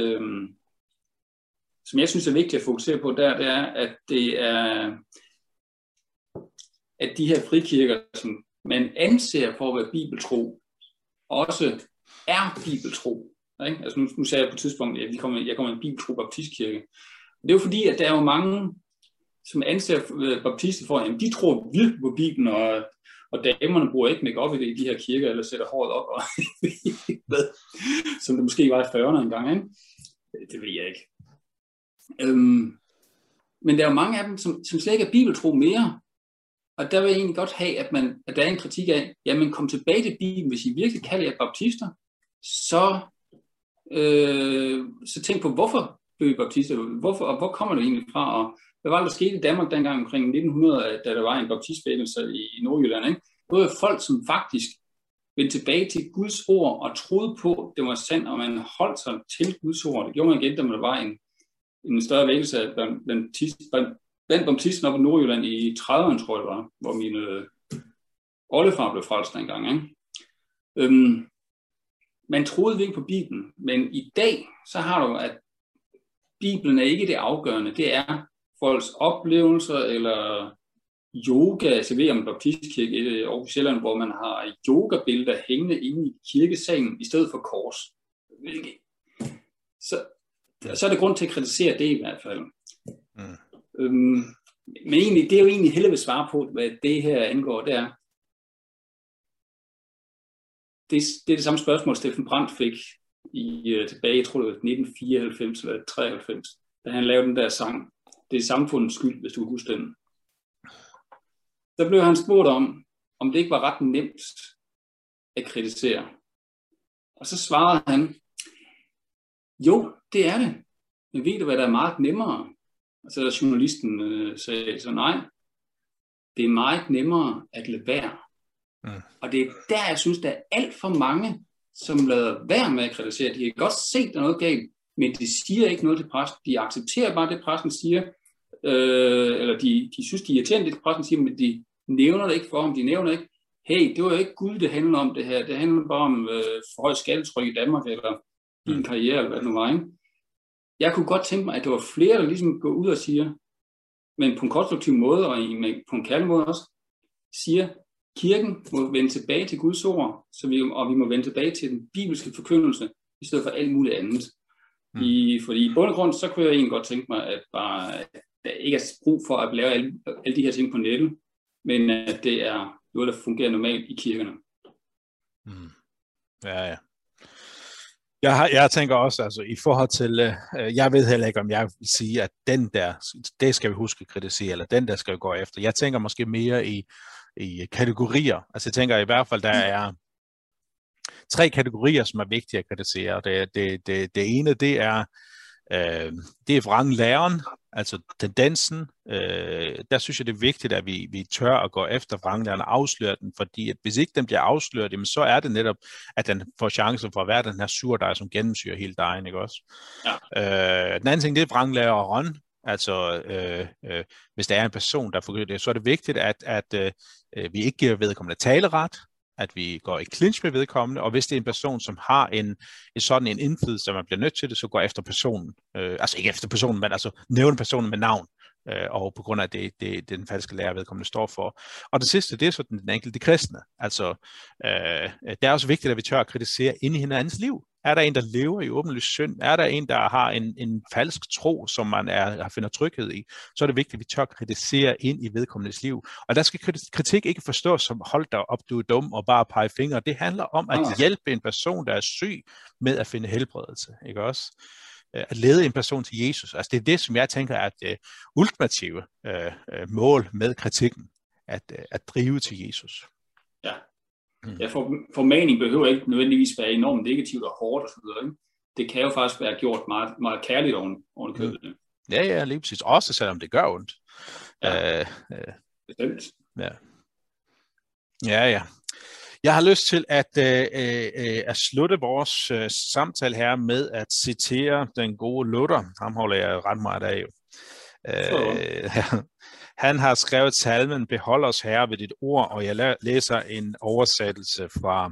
som jeg synes er vigtigt at fokusere på, det er, at de her frikirker, som man anser for at være bibeltro, også er bibeltro. Ikke? Altså nu sagde jeg på et tidspunkt, at jeg kommer i en bibeltro baptistkirke. Det er jo fordi, at der er jo mange, som anser baptister for, at de tror virkelig på Bibelen, og damerne bruger ikke make-up i de her kirker, eller sætter håret op, og som det måske var i 40'erne engang. Ikke? Det ved jeg ikke. Men der er jo mange af dem, som slet ikke er bibeltro mere. Og der vil jeg egentlig godt have, at der er en kritik af, jamen kom tilbage til Bibelen, hvis I virkelig kalder jer baptister, så tænk på, hvorfor blev I baptister? Og hvor kommer det egentlig fra? Og hvad var det, der skete i Danmark dengang omkring 1900, da der var en baptistvækkelse i Nordjylland? Ikke? Det var folk, som faktisk vendte tilbage til Guds ord og troede på, det var sandt, og man holdt sig til Guds ord. Det gjorde man igen, da der var en større vækkelse blandt baptisten op i Nordjylland i 30'erne, tror jeg det var, hvor min oldefar blev frelst dengang. Ikke? Man troede virkelig på Bibelen, men i dag, så har du, at Bibelen er ikke det afgørende. Det er folks oplevelser, eller yoga, altså ved om baptistkirke i Aarhus Sjælland, hvor man har yogabilleder hængende inde i kirkesalen, i stedet for kors. Så er det grund til at kritisere det i hvert fald. Men egentlig, det er jo egentlig hellere vil svare på, hvad det her angår, det er, det er det samme spørgsmål, Steffen Brandt fik tilbage, jeg tror det var 1994 eller 93, da han lavede den der sang, Det er samfundets skyld, hvis du kan huske den. Der blev han spurgt om det ikke var ret nemt at kritisere. Og så svarede han, jo, det er det. Men ved du, hvad der er meget nemmere? Og så der journalisten sagde så nej, det er meget nemmere at lade være. Og det er der, jeg synes, der er alt for mange, som lader være med at kritisere. De kan godt se, at der er noget galt, men de siger ikke noget til præsten. De accepterer bare det, præsten siger, eller de synes, de er irriterende, det præsten siger, men de nævner det ikke for ham. De nævner ikke, hey, det var jo ikke Gud, det handler om det her. Det handler bare om for højt skattetryk i Danmark, eller din karriere, eller hvad det nu var. Ikke? Jeg kunne godt tænke mig, at der var flere, der ligesom går ud og siger, men på en konstruktiv måde, og på en kærlig måde også, siger, kirken må vende tilbage til Guds ord, og vi må vende tilbage til den bibelske forkyndelse, i stedet for alt muligt andet. Fordi i bund og grund, så kunne jeg egentlig godt tænke mig, at der ikke er brug for at lave alle de her ting på nettet, men at det er noget, der fungerer normalt i kirkerne. Ja. Jeg tænker også, altså i forhold til, jeg ved heller ikke, om jeg vil sige, at den der, det skal vi huske at kritisere, eller den der skal vi gå efter. Jeg tænker måske mere i kategorier. Altså jeg tænker i hvert fald, der er 3 kategorier, som er vigtige at kritisere. Det ene, det er vranglæren, altså tendensen. Der synes jeg, det er vigtigt, at vi tør at gå efter vranglæren og afsløre den, fordi at hvis ikke den bliver afsløret, jamen, så er det netop, at den får chance for at være den her surdej, som gennemsyrer hele dejen, ikke også? Ja. Den anden ting, det er vranglærer og røn. Altså, hvis der er en person, der forkynder det, så er det vigtigt, at vi ikke giver vedkommende taleret, at vi går i clinch med vedkommende, og hvis det er en person, som har en sådan en indflydelse, at man bliver nødt til det, så går efter personen. Altså ikke efter personen, men altså nævne personen med navn, og på grund af det er den falske lærer, vedkommende står for. Og det sidste, det er så den enkelte kristne. Altså, det er også vigtigt, at vi tør at kritisere ind i hinandens liv. Er der en, der lever i åbenlys synd? Er der en, der har en falsk tro, som man finder tryghed i? Så er det vigtigt, at vi tør kritisere ind i vedkommendes liv. Og der skal kritik ikke forstås som, hold dig op, du er dum, og bare pege fingre. Det handler om at hjælpe en person, der er syg, med at finde helbredelse. Ikke også? At lede en person til Jesus. Altså det er det, som jeg tænker er det ultimative mål med kritikken. at drive til Jesus. Ja. Ja, formaning behøver ikke nødvendigvis være enormt negativt og hårdt og så videre, ikke? Det kan jo faktisk være gjort meget, meget kærligt oven købet. Ja, lige præcis. Også selvom det gør ondt. Ja, bestemt. Ja. Jeg har lyst til at slutte vores samtale her med at citere den gode Luther. Ham holder jeg ret meget af. Han har skrevet salmen "Behold os, Herre, ved dit ord", og jeg læser en oversættelse fra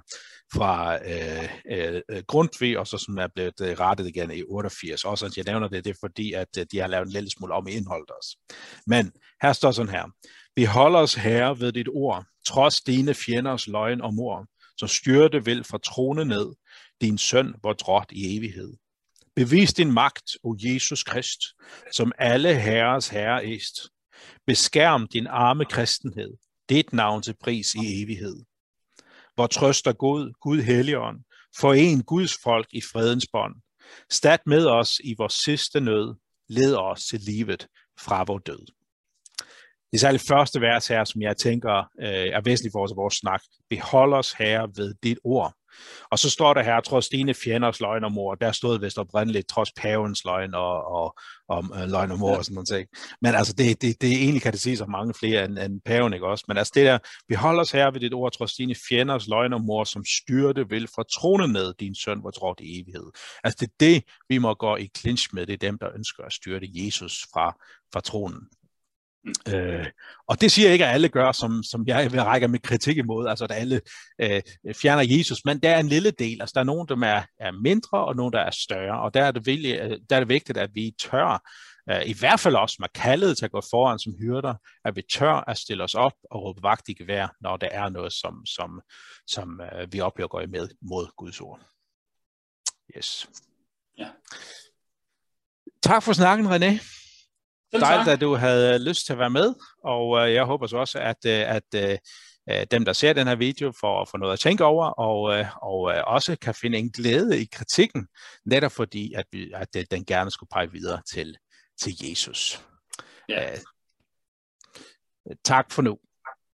Grundtvig, og så som er blevet rettet igen i 88. Også at jeg nævner det er fordi, at de har lavet en lille smule om i indholdet også. Men her står sådan her: "Behold os, Herre, ved dit ord, trods dine fjenders løgn og mord, så styrte vil fra trone ned, din søn, vor drot i evighed. Bevis din magt, o Jesus Krist, som alle herres herre est. Beskærm din arme kristenhed, dit navn til pris i evighed. Hvor trøster Gud Helligånd, foren Guds folk i fredens bånd. Stat med os i vores sidste nød, led os til livet fra vor død." Det er særligt første vers her, som jeg tænker er væsentligt for os af vores snak. Behold os, Herre, ved dit ord. Og så står der her, trods dine fjenders løgn og mord. Der stod vist oprindeligt, trods pavens løgn og løgn og mord og sådan noget ting. Men altså, det egentlig kan det siges om mange flere end paven, ikke også? Men altså det der, behold os, Herre, ved dit ord, trods dine fjenders løgn og mord, som styrte vil fra trone ned, din søn, hvor drot i evighed. Altså det er det, vi må gå i clinch med. Det er dem, der ønsker at styrte Jesus fra tronen. Og det siger jeg ikke, at alle gør, som jeg vil række med kritik imod, altså at alle fjerner Jesus, men der er en lille del, altså der er nogen, der er mindre, og nogen, der er større, og der er det vigtigt, at vi tør, i hvert fald også med kaldet til at gå foran som hyrder, at vi tør at stille os op og råbe vagt i gevær, når der er noget, som vi oplever går med mod Guds ord. Yes. Ja. Tak for snakken, René. Dejligt, at du havde lyst til at være med, og jeg håber så også, at dem, der ser den her video, får noget at tænke over, og også kan finde en glæde i kritikken, netop fordi, at den gerne skulle pege videre til Jesus. Ja. Tak for nu.